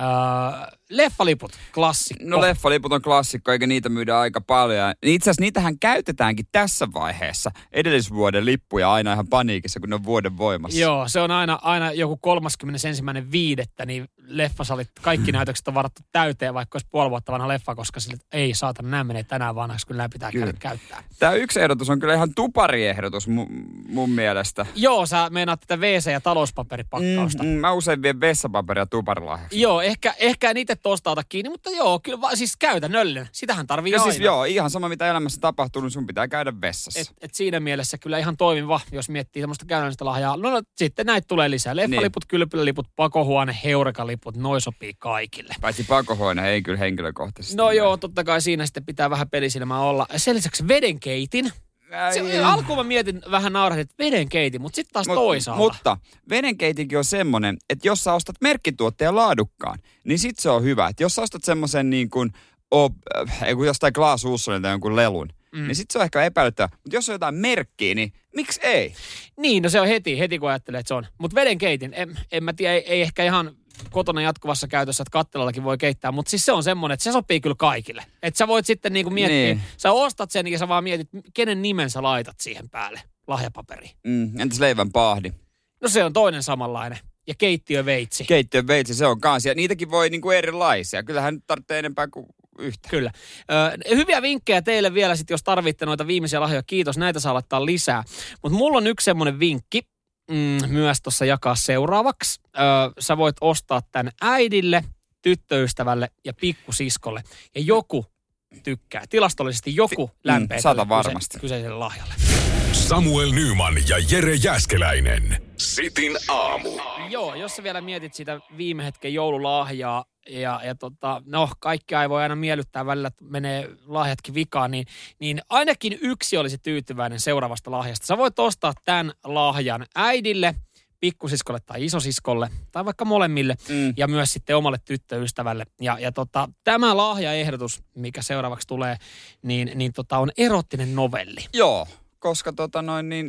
Öö, leffaliput, klassikko. No leffaliput on klassikko, eikä niitä myydä aika paljon. Itse asiassa niitähän käytetäänkin tässä vaiheessa. Edellisvuoden lippuja aina ihan paniikissa, kun ne on vuoden voimassa. Joo, se on aina, aina joku kolmaskymmenesensimmäinen viidettä, niin leffasalit, kaikki näytökset on varattu täyteen, vaikka olisi puoli vuotta vanha leffa, koska sille, ei saatana, nämä menee tänään vanhaksi, kyllä nämä pitää kyllä käydä käyttää. Tämä yksi ehdotus on kyllä ihan tupariehdotus mu- mun mielestä. Joo, sä meinaat tätä wc- ja talouspaperipakkausta. Mm, mm, mä usein vien vessapaperia tuparilahjaksi. Joo, ehkä, ehkä en itse tosta ota kiinni, mutta joo, kyllä va, siis käytännöllinen. Sitähän tarvii ja aina. Siis joo, ihan sama mitä elämässä tapahtuu, niin sun pitää käydä vessassa. Et, et siinä mielessä kyllä ihan toimiva, jos miettii semmoista käytännöllistä lahjaa. No, no sitten näitä tulee lisää. Leffaliput, niin. Kylpyläliput, pakohuone, heurakaliput, noi sopii kaikille. Paitsi pakohuone, ei kyllä henkilökohtaisesti. No joo, totta kai siinä sitten pitää vähän pelisilmää olla. Sen lisäksi vedenkeitin. Se, alkuun mä mietin vähän naurahdin, että vedenkeitin, mutta sitten taas Mut, toisaalta. Mutta vedenkeitinkin on semmoinen, että jos sä ostat merkkituotteen laadukkaan, niin sit se on hyvä. Että jos sä ostat semmoisen niin kuin, oh, äh, jostain Glass Ussonilta jonkun lelun, mm. niin sit se on ehkä epäilyttävä. Mutta jos on jotain merkkiä, niin miksi ei? Niin, no se on heti, heti kun ajattelee, että se on. Mutta vedenkeitin, en, en mä tiedä, ei, ei ehkä ihan kotona jatkuvassa käytössä, että kattilallakin voi keittää, mutta siis se on semmoinen, että se sopii kyllä kaikille. Että sä voit sitten niinku miettiä, niin. Sä ostat sen ja sä vaan mietit, kenen nimen sä laitat siihen päälle lahjapaperiin. Mm, entäs leivän paahdi? No se on toinen samanlainen. Ja keittiöveitsi. Keittiöveitsi, se on kans. Ja niitäkin voi niinku erilaisia. Kyllähän nyt tarvitsee enempää kuin yhtä. Kyllä. Ö, hyviä vinkkejä teille vielä sitten, jos tarvitte noita viimeisiä lahjoja. Kiitos, näitä saa laittaa lisää. Mutta mulla on yksi semmoinen vinkki. Mm, myös tuossa jakaa seuraavaksi. Ö, sä voit ostaa tämän äidille, tyttöystävälle ja pikkusiskolle. Ja joku tykkää. Tilastollisesti joku lämpää mm, sata varmasti kyseiselle lahjalle. Samuel Nyman ja Jere Jääskeläinen. Cityn aamu. Joo, jos sä vielä mietit sitä viime hetken joululahjaa, ja, ja tota, no kaikkea ei voi aina miellyttää, välillä menee lahjatkin vikaan, niin, niin ainakin yksi olisi tyytyväinen seuraavasta lahjasta. Sä voit ostaa tämän lahjan äidille, pikkusiskolle tai isosiskolle, tai vaikka molemmille, mm. ja myös sitten omalle tyttöystävälle. Ja, ja tota, tämä lahjaehdotus, mikä seuraavaksi tulee, niin, niin tota, on erottinen novelli. Joo, koska tota noin niin,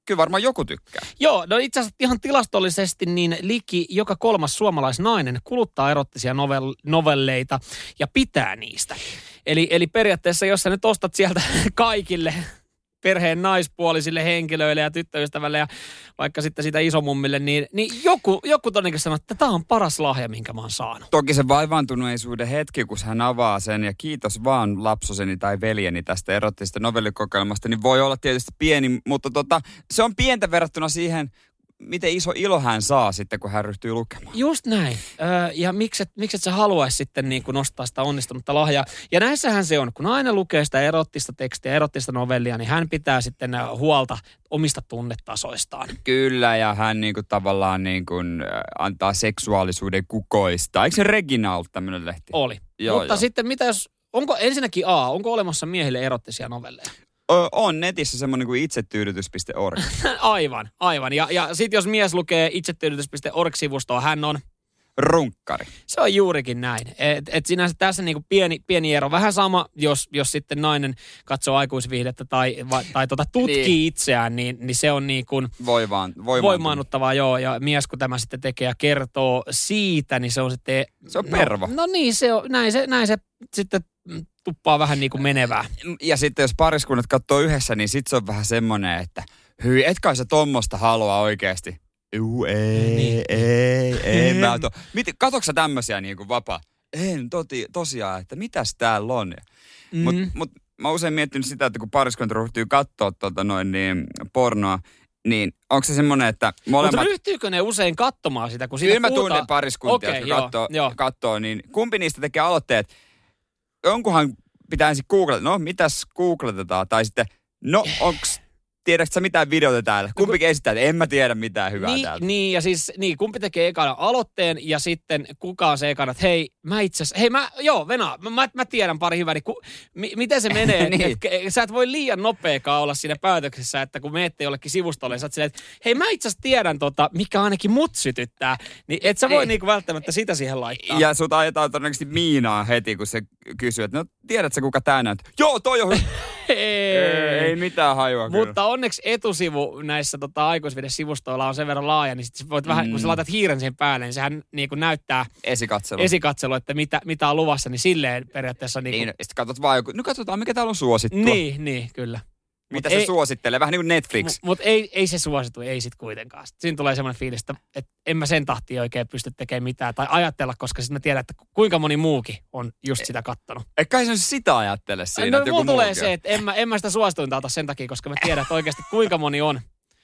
kyllä varmaan joku tykkää. Joo, no itse asiassa ihan tilastollisesti niin liki joka kolmas suomalaisnainen kuluttaa erottisia novel, novelleita ja pitää niistä. Eli, eli periaatteessa, jos sä nyt ostat sieltä kaikille perheen naispuolisille henkilöille ja tyttöystävälle ja vaikka sitten sitä isomummille, niin, niin joku, joku todennäköisesti sanoo, että tämä on paras lahja, minkä mä oon saanut. Toki se vaivaantuneisuuden hetki, kun hän avaa sen, ja kiitos vaan lapsoseni tai veljeni tästä erottisesta novellikokoelmasta, niin voi olla tietysti pieni, mutta tota, se on pientä verrattuna siihen, miten iso ilo hän saa sitten, kun hän ryhtyy lukemaan. Just näin. Öö, ja mikset, mikset sä haluaisi sitten niin kuin nostaa sitä onnistunutta lahjaa. Ja näissähän se on, kun aina lukee sitä erottista tekstiä, erottista novellia, niin hän pitää sitten huolta omista tunnetasoistaan. Kyllä, ja hän niin kuin tavallaan niin kuin antaa seksuaalisuuden kukoista. Eikö se Regina ollut tämmöinen lehti? Oli. Joo, Mutta joo. sitten mitä jos, onko ensinnäkin A, onko olemassa miehille erottisia novelleja? O, on netissä semmoinen kuin itsetyydytys piste org. Aivan, aivan. Ja, ja sitten jos mies lukee itsetyydytys piste org-sivustoa, hän on... Runkkari. Se on juurikin näin. Et, et sinänsä tässä niinku pieni, pieni ero. Vähän sama, jos, jos sitten nainen katsoo aikuisviihdettä tai, va, tai tota tutkii niin. itseään, niin, niin se on niin kuin Voimaan, voimaannuttavaa, joo. Ja mies, kun tämä sitten tekee ja kertoo siitä, niin se on sitten... Se on pervo. No, no niin, se on, näin, se, näin se sitten tuppaa vähän niin kuin menevää. Ja sitten jos pariskunnat katsoo yhdessä, niin sitten se on vähän semmoinen, että hyi, et kai sä tommosta halua oikeasti. Juu, ei, Niin. ei, ei, mä to... Mit, katoksa sä tämmösiä niin kuin vapaa? En, toti, tosiaan, että mitäs täällä on? Mm. Mut, mut mä oon usein miettinyt sitä, että kun pariskunta ryhtyy kattoo tota noin niin, pornoa, niin onko se semmoinen, että molemmat... Mutta ryhtyykö ne usein katsomaan sitä, kun Kyllä siitä mä puhutaan... tunnen pariskuntia, Okei, jotka joo, kattoo, joo. kattoo, niin kumpi niistä tekee aloitteet? Jonkunhan pitää ensin googlata, no mitäs googletetaan, tai sitten, no onks... Tiedätkö sä mitään videota täällä? Kumpikin esittää, että en mä tiedä mitään hyvää niin, täältä. Niin, ja siis niin, kumpi tekee ekana aloitteen ja sitten kuka on se ekana, että hei, mä itse asiassa, hei mä, joo Venä, mä, mä, mä tiedän pari hyvää, niin ku, mi, miten se menee, niin. et, et, sä et voi liian nopeakaan olla siinä päätöksessä, että kun meette jollekin sivustolle, ja sä oot silleen, että hei mä itse asiassa tiedän tota, mikä ainakin mut sytyttää, niin et sä voi Ei. niinku välttämättä sitä siihen laittaa. Ja sut ajetaan todennäköisesti Miinaa heti, kun se kysyy, että no tiedätkö kuka tää näyttää? Joo, toi on hyvä. ei. Ei mitään hajua kyllä. Mutta onneksi etusivu näissä tota, aikuisviidesivustoilla on sen verran laaja, niin sit voit vähän, mm. kun sä laitat hiiren siihen päälle, niin sehän niin kuin näyttää Esikatselu. esikatselu, että mitä, mitä on luvassa, niin silleen periaatteessa... Niin, Niin, sitten katsot vaan joku, no katsotaan mikä täällä on suosittua. niin, niin, kyllä. Mitä Mut se ei, suosittelee, vähän niin kuin Netflix. Mutta ei, ei se suositu, ei sit kuitenkaan. Siinä tulee semmoinen fiilis, että, että en mä sen tahtia oikein pysty tekemään mitään tai ajatella, koska sitten mä tiedän, että kuinka moni muukin on just sitä kattonut. Ei kai se sitä ajattele siinä, No että joku mulla tulee muukin se, että en mä, en mä sitä suosituinta ota sen takia, koska mä tiedän, että oikeasti kuinka moni on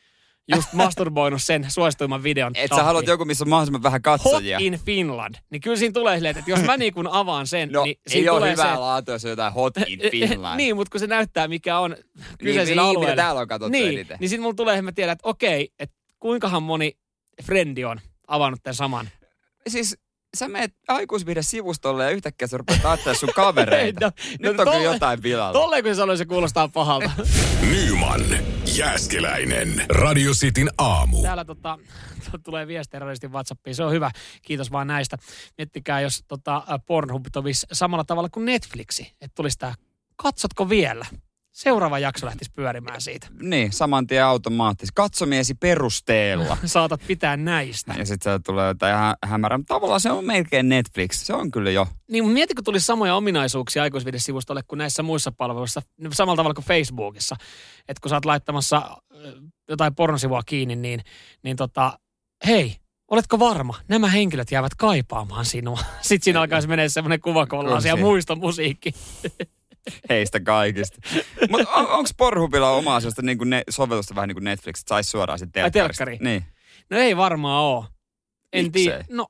just masturboinut sen suosituimman videon. Et sä tahtiin. haluat joku, missä on mahdollisimman vähän Hot katsojia. in Finland. Niin kyllä siinä tulee silleen, että jos mä niin kuin avaan sen, No niin ei siinä ole tulee hyvää se... laatua, jos on jotain Hot in Finland. niin, mutta kun se näyttää, mikä on kyseisellä niin, alueella. mitä täällä on katsottu niin, eniten. niin sitten mulla tulee, että mä tiedän, että okei, että kuinkahan moni frendi on avannut tämän saman. Siis sä menet aikuisviihde-sivustolle ja yhtäkkiä sä rupeat ajattelemaan sun kavereita. No, Nyt no, on kyllä tolle- jotain pilalla. Tolleen kun se sanoo, se kuulostaa pahalta. Nyman, Jääskeläinen, Radio Cityn aamu. Täällä tota, tulee viestiä radiosti WhatsAppiin, se on hyvä. Kiitos vaan näistä. Miettikää, jos tota, Pornhub tovisi samalla tavalla kuin Netflixi. Että tulisi tää, katsotko vielä? Seuraava jakso lähtisi pyörimään siitä. Niin, saman tien automaattisesti. Katsomiesi perusteella. Saatat pitää näistä. Ja sitten se tulee jotain ihan hämärää. Mutta tavallaan se on melkein Netflix. Se on kyllä jo. Niin, mutta mieti, kun tulisi samoja ominaisuuksia aikuisviidesivustolle kuin näissä muissa palveluissa, samalla tavalla kuin Facebookissa. Että kun sä oot laittamassa äh, jotain pornosivua kiinni, niin, niin tota, hei, oletko varma? Nämä henkilöt jäävät kaipaamaan sinua. Sitten siinä alkaisi menee semmoinen kuvakollaasi ja muistomusiikki. Heistä kaikista. Mutta on, onko Pornhubilla omaa sellaista niin kuin ne, sovellusta vähän niin kuin Netflix, että saisi suoraan sitten Ai telkkarista? telkkari? Niin. No ei varmaan ole. En Miksei? tiedä. No,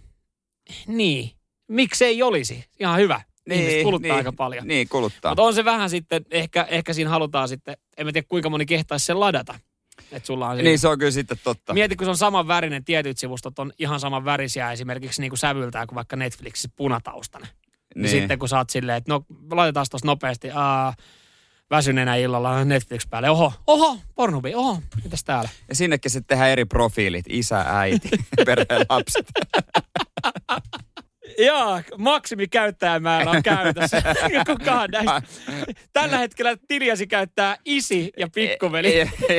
niin. Miksei olisi? Ihan hyvä. Ihmiset kuluttaa aika paljon. Niin, kuluttaa. Mutta on se vähän sitten, ehkä, ehkä siinä halutaan sitten, en mä tiedä kuinka moni kehtaisi sen ladata. Että sulla on Niin, se on kyllä sitten totta. Mieti, kun se on saman värinen, tietyt sivustot on ihan saman värisiä esimerkiksi niin kuin sävyltään kuin vaikka Netflixissä punataustainen. Niin. Niin. Sitten kun sä oot silleen, että no laitetaan tuossa nopeasti, aa, väsyneenä illalla Netflix päälle, oho, oho, Pornhubi, oho, mitäs täällä? Ja sinnekin sitten tehdään eri profiilit, isä, äiti, perheen lapset. Joo, maksimikäyttäjämäärä on käytössä. Kukaan näistä. Tällä hetkellä Tiljasi käyttää isi ja pikkuveli.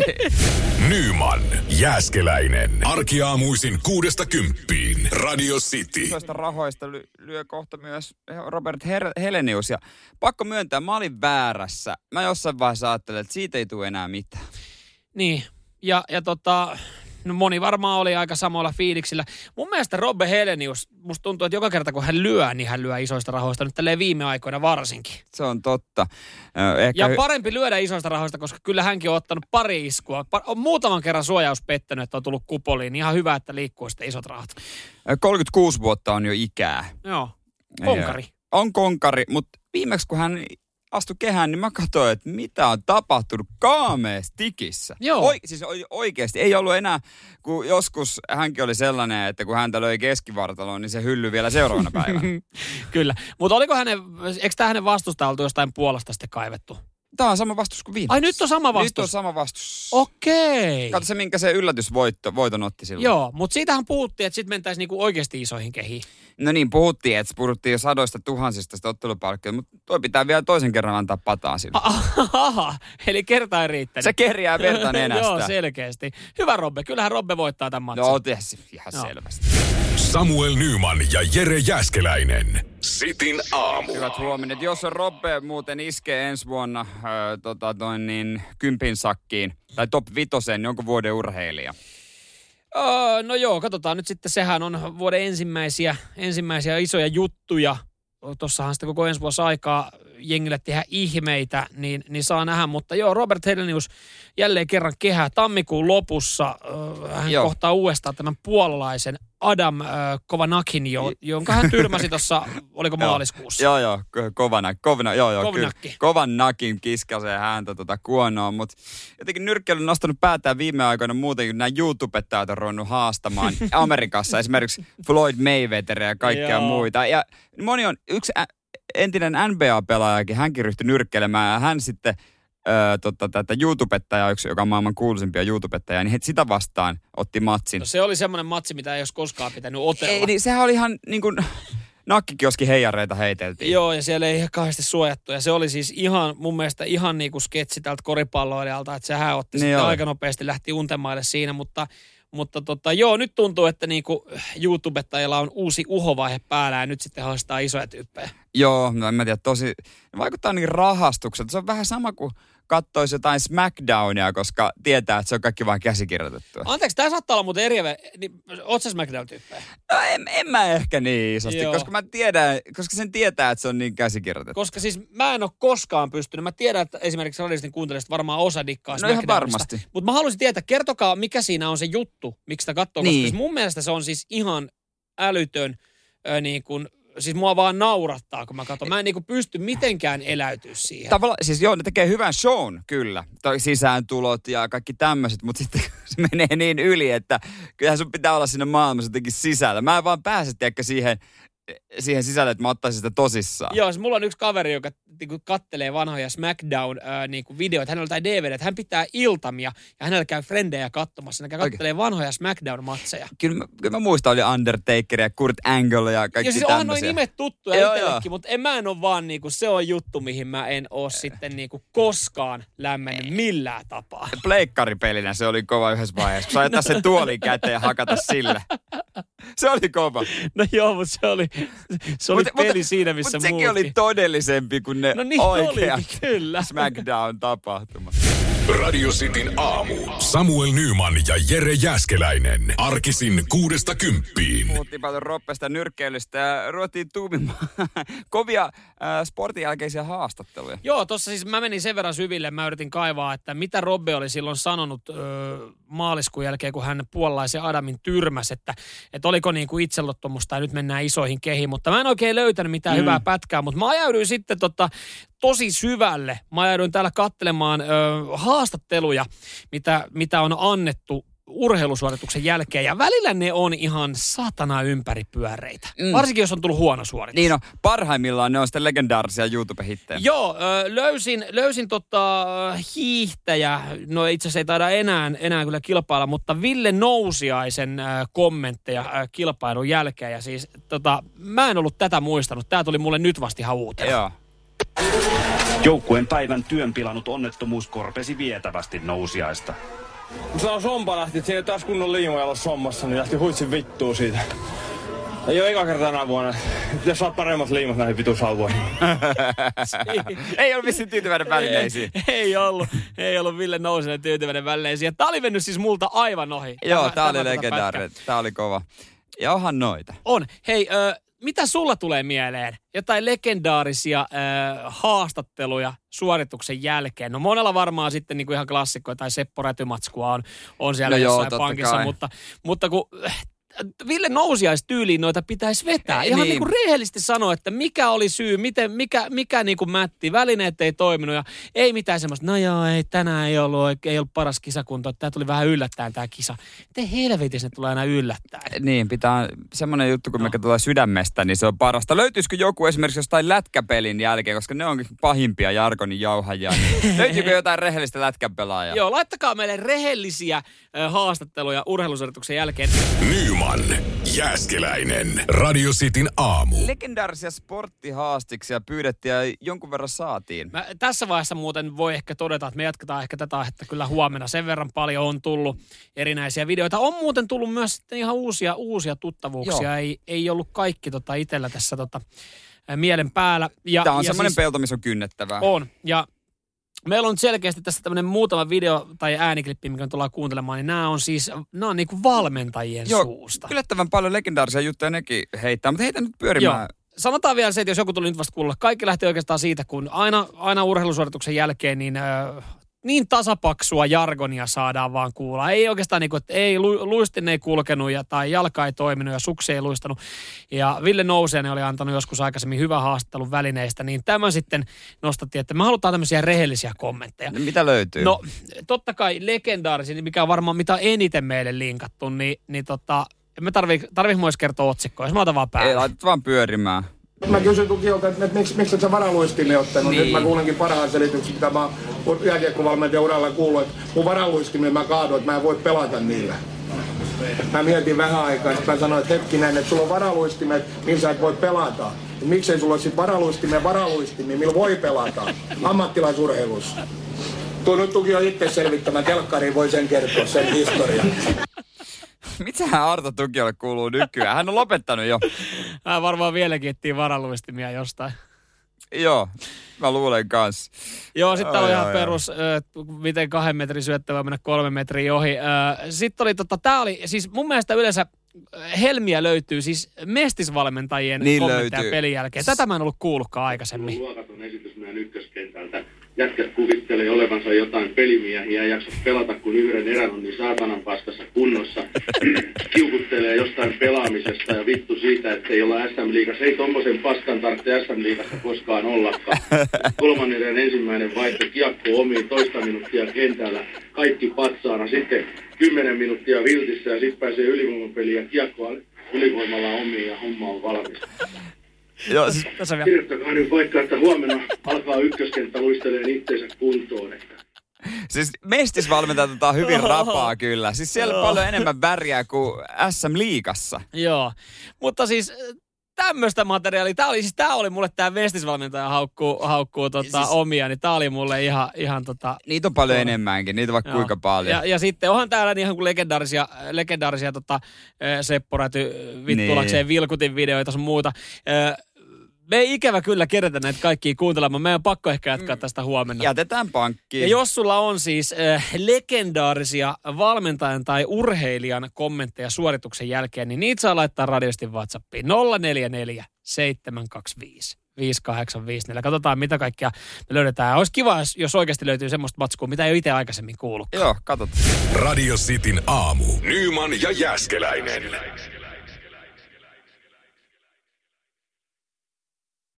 Nyman, Jääskeläinen. Arkiaamuisin kuudesta kymppiin. Radio City. Isoista rahoista ly- lyö kohta myös Robert Her- Helenius. Ja pakko myöntää, mä olin väärässä. Mä jossain vaiheessa ajattelin, että siitä ei tule enää mitään. Niin, ja, ja tota... No moni varmaan oli aika samoilla fiiliksillä. Mun mielestä Robbe Helenius, musta tuntuu, että joka kerta kun hän lyö, niin hän lyö isoista rahoista. Nyt tälleen viime aikoina varsinkin. Se on totta. Ehkä ja parempi lyödä isoista rahoista, koska kyllä hänkin on ottanut pari iskua. On muutaman kerran suojaus pettänyt, että on tullut kupoliin. Ihan hyvä, että liikkuu sitten isot rahat. kolmekymmentäkuusi vuotta on jo ikää. Joo, konkari. On konkari, mutta viimeksi kun hän astui kehään, niin mä katsoin, että mitä on tapahtunut kaameessa tikissä. Joo. Oi, siis oikeasti ei ollut enää, kun joskus hänkin oli sellainen, että kun häntä löi keskivartaloon, niin se hylly vielä seuraavana päivänä. Kyllä, mutta oliko hänen, eikö tämä hänen vastustaja oltu jostain Puolasta sitten kaivettu? Tämä on sama vastus kuin viimeksi. Ai nyt on sama vastus? Nyt on sama vastus. Okei. Kato se, minkä se yllätysvoitto, voiton otti silloin. Joo, mutta siitähän puhuttiin, että sitten mentäisiin niinku oikeasti isoihin kehiin. No niin, puhuttiin, että puhuttiin jo sadoista tuhansista sitä ottelupalkkiota, mutta toi pitää vielä toisen kerran antaa pataa sille. Aha, eli kerta ei riittänyt. Se kerjää verta nenästä. Joo, selkeästi. Hyvä Robbe, kyllähän Robbe voittaa tämän matsin. No, tietysti ihan no. selvästi. Samuel Nyman ja Jere Jääskeläinen. Sitin aamu. Hyvät huomenet. Jos Robbe muuten iskee ensi vuonna äh, tota, toin niin, kympin sakkiin tai top vitoseen, niin onko vuoden urheilija? Öö, no joo, katsotaan nyt sitten. Sehän on vuoden ensimmäisiä, ensimmäisiä isoja juttuja. Tossahan sitten koko ensi vuosi aikaa jengille tehdä ihmeitä, niin, niin saa nähdä. Mutta joo, Robert Helenius jälleen kerran kehää tammikuun lopussa. Hän joo. kohtaa uudestaan tämän puolalaisen Adam äh, Kovanakin, jo, jonka hän tyrmäsi tuossa, oliko maaliskuussa? Joo, joo, Kovanak, Kovana, joo, joo, Kovnakki. Kovannakin kiskasee häntä tota kuonoon, mutta jotenkin nyrkkeily on nostanut päätään viime aikoina muutenkin, nämä YouTube-ttajat on ruvennut haastamaan Amerikassa, esimerkiksi Floyd Mayweatheria ja kaikkea muita. Ja moni on, yksi ä, entinen N B A-pelaajakin, hänkin ryhtyi nyrkkeilemään ja hän sitten Öö, tota, tätä YouTubettajaa, yksi, joka on maailman kuuluisimpia YouTubettajia, niin sitä vastaan otti matsin. No se oli semmoinen matsi, mitä ei olisi koskaan pitänyt otella. Ei, niin sehän oli ihan niin kuin nakkikioski heijareita heiteltiin. Joo, ja siellä ei ihan kauheasti suojattu. Ja se oli siis ihan, mun mielestä ihan niin kuin sketsi tältä koripalloilijalta, että sehän otti niin sitten aika nopeasti, lähti untemaille siinä, mutta Mutta tota, joo, nyt tuntuu, että niinku YouTubettajilla on uusi uhovaihe päällä ja nyt sitten haastaa isoja tyyppejä. Joo, no en mä tiedä, tosi, vaikuttaa niin rahastukselta. Se on vähän sama kuin katsoisi jotain SmackDownia, koska tietää, että se on kaikki vain käsikirjoitettua. Anteeksi, tämä saattaa olla muuten eriävä. Niin, oot sä SmackDown-tyyppejä? No en, en mä ehkä niin isosti, joo. koska mä tiedän, koska sen tietää, että se on niin käsikirjoitettu. Koska siis mä en ole koskaan pystynyt. Mä tiedän, että esimerkiksi radistin kuuntelijasta varmaan osa dikkaa no SmackDownista. ihan varmasti. Mutta mä haluaisin tietää, kertokaa mikä siinä on se juttu, miksi sitä katsoo. Niin. Koska siis mun mielestä se on siis ihan älytön äh, niin kuin siis mua vaan naurattaa, kun mä katson. Mä en niinku pysty mitenkään eläytyä siihen. Tavallaan, siis joo, ne tekee hyvän shown, kyllä. Sisääntulot ja kaikki tämmöiset, mutta sitten se menee niin yli, että kyllähän sun pitää olla siinä maailmassa jotenkin sisällä. Mä en vaan pääse, tiedäkö, siihen, siihen sisälle, että mä ottaisin sitä tosissaan. Joo, siis mulla on yksi kaveri, joka niinku kattelee vanhoja SmackDown-videoita. Niinku hänellä on jotain D V D, että hän pitää iltamia ja hänellä käy frendejä katsomassa. Hän kattelee vanhoja SmackDown-matseja. Kyllä mä, kyllä mä muistan, oli Undertaker ja Kurt Angle ja kaikki ja siis tämmöisiä. onhan noin nimet tuttuja itsellekin, mutta en mä en ole vaan niinku, se on juttu, mihin mä en oo sitten niinku koskaan lämmennyt millään tapaa. Pleikkaripelinä se oli kova yhdessä vaiheessa, kun sai ottaa sen tuolin käteen ja hakata sille. Se oli kova. No joo, mutta se oli, se oli mut, peli mutta, siinä, missä Mutta sekin muukin oli todellisempi kuin ne no niin oikeat kyllä. SmackDown-tapahtumat. Radio Cityn aamu. Samuel Nyman ja Jere Jääskeläinen. Arkisin kuudesta kymppiin. Puhuttiin paljon roppesta nyrkkeilystä ja ruvettiin tuumimaan kovia äh, sportin jälkeisiä haastatteluja. Joo, tossa siis mä menin sen verran syville, mä yritin kaivaa, että mitä Robbe oli silloin sanonut öö, maaliskuun jälkeen, kun hän puolalaisen Adamin tyrmäsi, että, että oliko niin kuin itselottomusta ja nyt mennään isoihin kehiin, mutta mä en oikein löytänyt mitään mm. hyvää pätkää, mutta mä ajauduin sitten tota, tosi syvälle. Mä ajauduin täällä katselemaan ö, haastatteluja, mitä, mitä on annettu urheilusuorituksen jälkeen. Ja välillä ne on ihan satana ympäripyöreitä. Mm. Varsinkin, jos on tullut huono suoritus. Niin on. Parhaimmillaan ne on sitten legendaarisia YouTube-hittejä. Joo, löysin, löysin tota hiihtäjä, no itse asiassa ei taida enää, enää kyllä kilpailla, mutta Ville Nousiaisen kommentteja kilpailun jälkeen. Ja siis tota, mä en ollut tätä muistanut. Tää tuli mulle nyt vasta ihan uutena. Joo. Joukkueen päivän työn pilannut onnettomuus korpesi vietävästi Nousiaista. Kun se on sompa lähti, että siinä ei taas kunnon liimoja olla sommassa, niin lähti huitsin vittuun siitä. Ei ole eka kerta tänä vuonna. Pitäisi saada paremmat liimat näihin vitushauvoihin. Ei ollut vissiin tyytyväinen välineisiin. Ei, ei ollut. Ei ollut Ville Nousiainen tyytyväinen välineisiin. Tää oli mennyt siis multa aivan ohi. Joo, tämä, tää oli legendaarinen. Tää oli kova. Ja onhan noita. On. Hei, ö, mitä sulla tulee mieleen? Jotain legendaarisia ö, haastatteluja suorituksen jälkeen. No monella varmaan sitten niinku ihan klassikkoja tai Seppo Rätymatskua on, on siellä no jossain joo, pankissa. Kai. Mutta, mutta kun Ville Nousiaistyyliin noita pitäisi vetää. Ihan niin. Niin kuin rehellisesti sanoa, että mikä oli syy, miten, mikä, mikä niin kuin mätti, välineet ei toiminut ja ei mitään semmoista, no joo, ei, tänään ei ollut, ei ollut paras kisakunto, tämä tuli vähän yllättäen tämä kisa. Miten helvetissä ne tulee aina yllättäen? Niin, pitää semmoinen juttu, kun no. mikä tulee sydämestä, niin se on parasta. Löytyisikö joku esimerkiksi jostain lätkäpelin jälkeen, koska ne onkin pahimpia Jarkonin jauhajia. Niin löytyykö jotain rehellistä lätkäpelaajaa? Joo, laittakaa meille rehellisiä äh, haastatteluja urheilusuorituksen jälkeen. Nyman, Jääskeläinen, Radio Cityn aamu. Legendaarisia sporttihaastiksia pyydettiin ja jonkun verran saatiin. Mä tässä vaiheessa muuten voi ehkä todeta, että me jatketaan ehkä tätä aihetta kyllä huomenna. Sen verran paljon on tullut erinäisiä videoita. On muuten tullut myös sitten ihan uusia, uusia tuttavuuksia. Ei, ei ollut kaikki tota itsellä tässä tota, mielen päällä. Ja, Tämä on ja semmoinen siis, pelto, missä on kynnettävää. On. Ja meillä on selkeästi tässä tämmöinen muutama video tai ääniklippi, mikä tullaan kuuntelemaan, niin nämä on siis, nämä on niinku valmentajien Joo, suusta. Yllättävän paljon legendaarisia juttuja nekin heittää, mutta heitä nyt pyörimään. Joo. Sanotaan vielä se, että jos joku tuli nyt vasta kuulla, kaikki lähti oikeastaan siitä, kun aina, aina urheilusuorituksen jälkeen niin, äh, niin tasapaksua jargonia saadaan vaan kuulla. Ei oikeastaan niin kuin, että ei, lu, luistin ei kulkenut ja, tai jalka ei toiminut ja suksi ei luistanut. Ja Ville Nousiainen oli antanut joskus aikaisemmin hyvän haastattelun välineistä, niin tämä sitten nostattiin, että me halutaan tämmöisiä rehellisiä kommentteja. No, mitä löytyy? No totta kai legendaarisia, mikä on varmaan mitä on eniten meille linkattu, niin, niin tota, me tarvii, tarvii myös kertoa otsikkoa, jos mä otan vaan päälle. Ei, laitat vaan pyörimään. Mä kysyin Tukiolta, että, että miksi, miksi et sä varaluistille ottanut. Niin. Nyt mä kuulenkin parhaan selityksen, mitä mä oon jääkiekkovalmentajan uralla kuullut, että mun varaluistimille mä kaadun, että mä en voi pelata niillä. Mä mietin vähän aikaa, että mä sanoin, että hetkinen, että sulla on varaluistimet, millä sä et voi pelata. Ja miksei sulla ole sit varaluistimia varaluistimia, millä voi pelata ammattilaisurheilussa. Tuo nyt Tuki on itse selvittämään, telkkariin voi sen kertoa, sen historian. Mitähän Arto Tukiolle kuuluu nykyään? Hän on lopettanut jo. Hän varmaan vieläkin etsii varaluistimia jostain. Joo, mä luulen kanssa. Joo, sitten täällä on ihan perus, äh, miten kahden metrin syöttävä mennä kolme metriä ohi. Äh, sitten oli, tota, tää oli, siis mun mielestä yleensä helmiä löytyy, siis mestisvalmentajien niin kommentteja pelin jälkeen. Tätä mä en ollut kuullutkaan aikaisemmin. Luokaton esitys meidän ykköskentältä. Jätkät kuvittelee olevansa jotain pelimiehiä ja jaksa pelata, kun yhden erän on niin saatanan paskassa kunnossa. Kiukuttelee jostain pelaamisesta ja vittu siitä, että ei olla S M-liigassa. Ei tommosen paskan tarvitse S M-liigassa koskaan ollakaan. Kolmannen erän ensimmäinen vaihto, kiekko omiin, toista minuuttia kentällä. Kaikki patsaana. Sitten kymmenen minuuttia viltissä ja sitten pääsee ylivoimapeliin ja kiekkoa ylivoimalla omiin ja homma on valmis. Joo, siis kirjoittakaa nyt vaikka, että huomenna alkaa ykköskenttä luistelee itseensä kuntoon. Että. Siis mestisvalmentajat ottaa hyvin rapaa kyllä. Siis siellä on paljon enemmän väriä kuin S M-liigassa. Joo, mutta siis tämmöistä materiaalia. Tää oli, siis tää oli mulle tää mestisvalmentaja haukkuu, haukkuu tota, siis, omia, niin tää oli mulle ihan, ihan tota... Niitä on paljon on. enemmänkin, niitä on vaikka joo. kuinka paljon. Ja, ja sitten onhan täällä ihan kuin legendaarisia, legendaarisia tota, Seppo Räty vittulakseen niin. Vilkutin videoita sun muuta. Me ei ikävä kyllä kerätä näitä kaikkia kuuntelemaan. Meidän on pakko ehkä jatkaa tästä huomenna. Jätetään pankkiin. Ja jos sulla on siis äh, legendaarisia valmentajan tai urheilijan kommentteja suorituksen jälkeen, niin niitä saa laittaa radioistin WhatsAppiin nolla neljä neljä seitsemän kaksi viisi viisi kahdeksan viisi neljä. Katsotaan, mitä kaikkea me löydetään. Olisi kiva, jos, jos oikeasti löytyy semmoista matskua, mitä ei ole itse aikaisemmin kuullutkaan. Joo, katsotaan. Radio Cityn aamu. Nyman ja Jääskeläinen.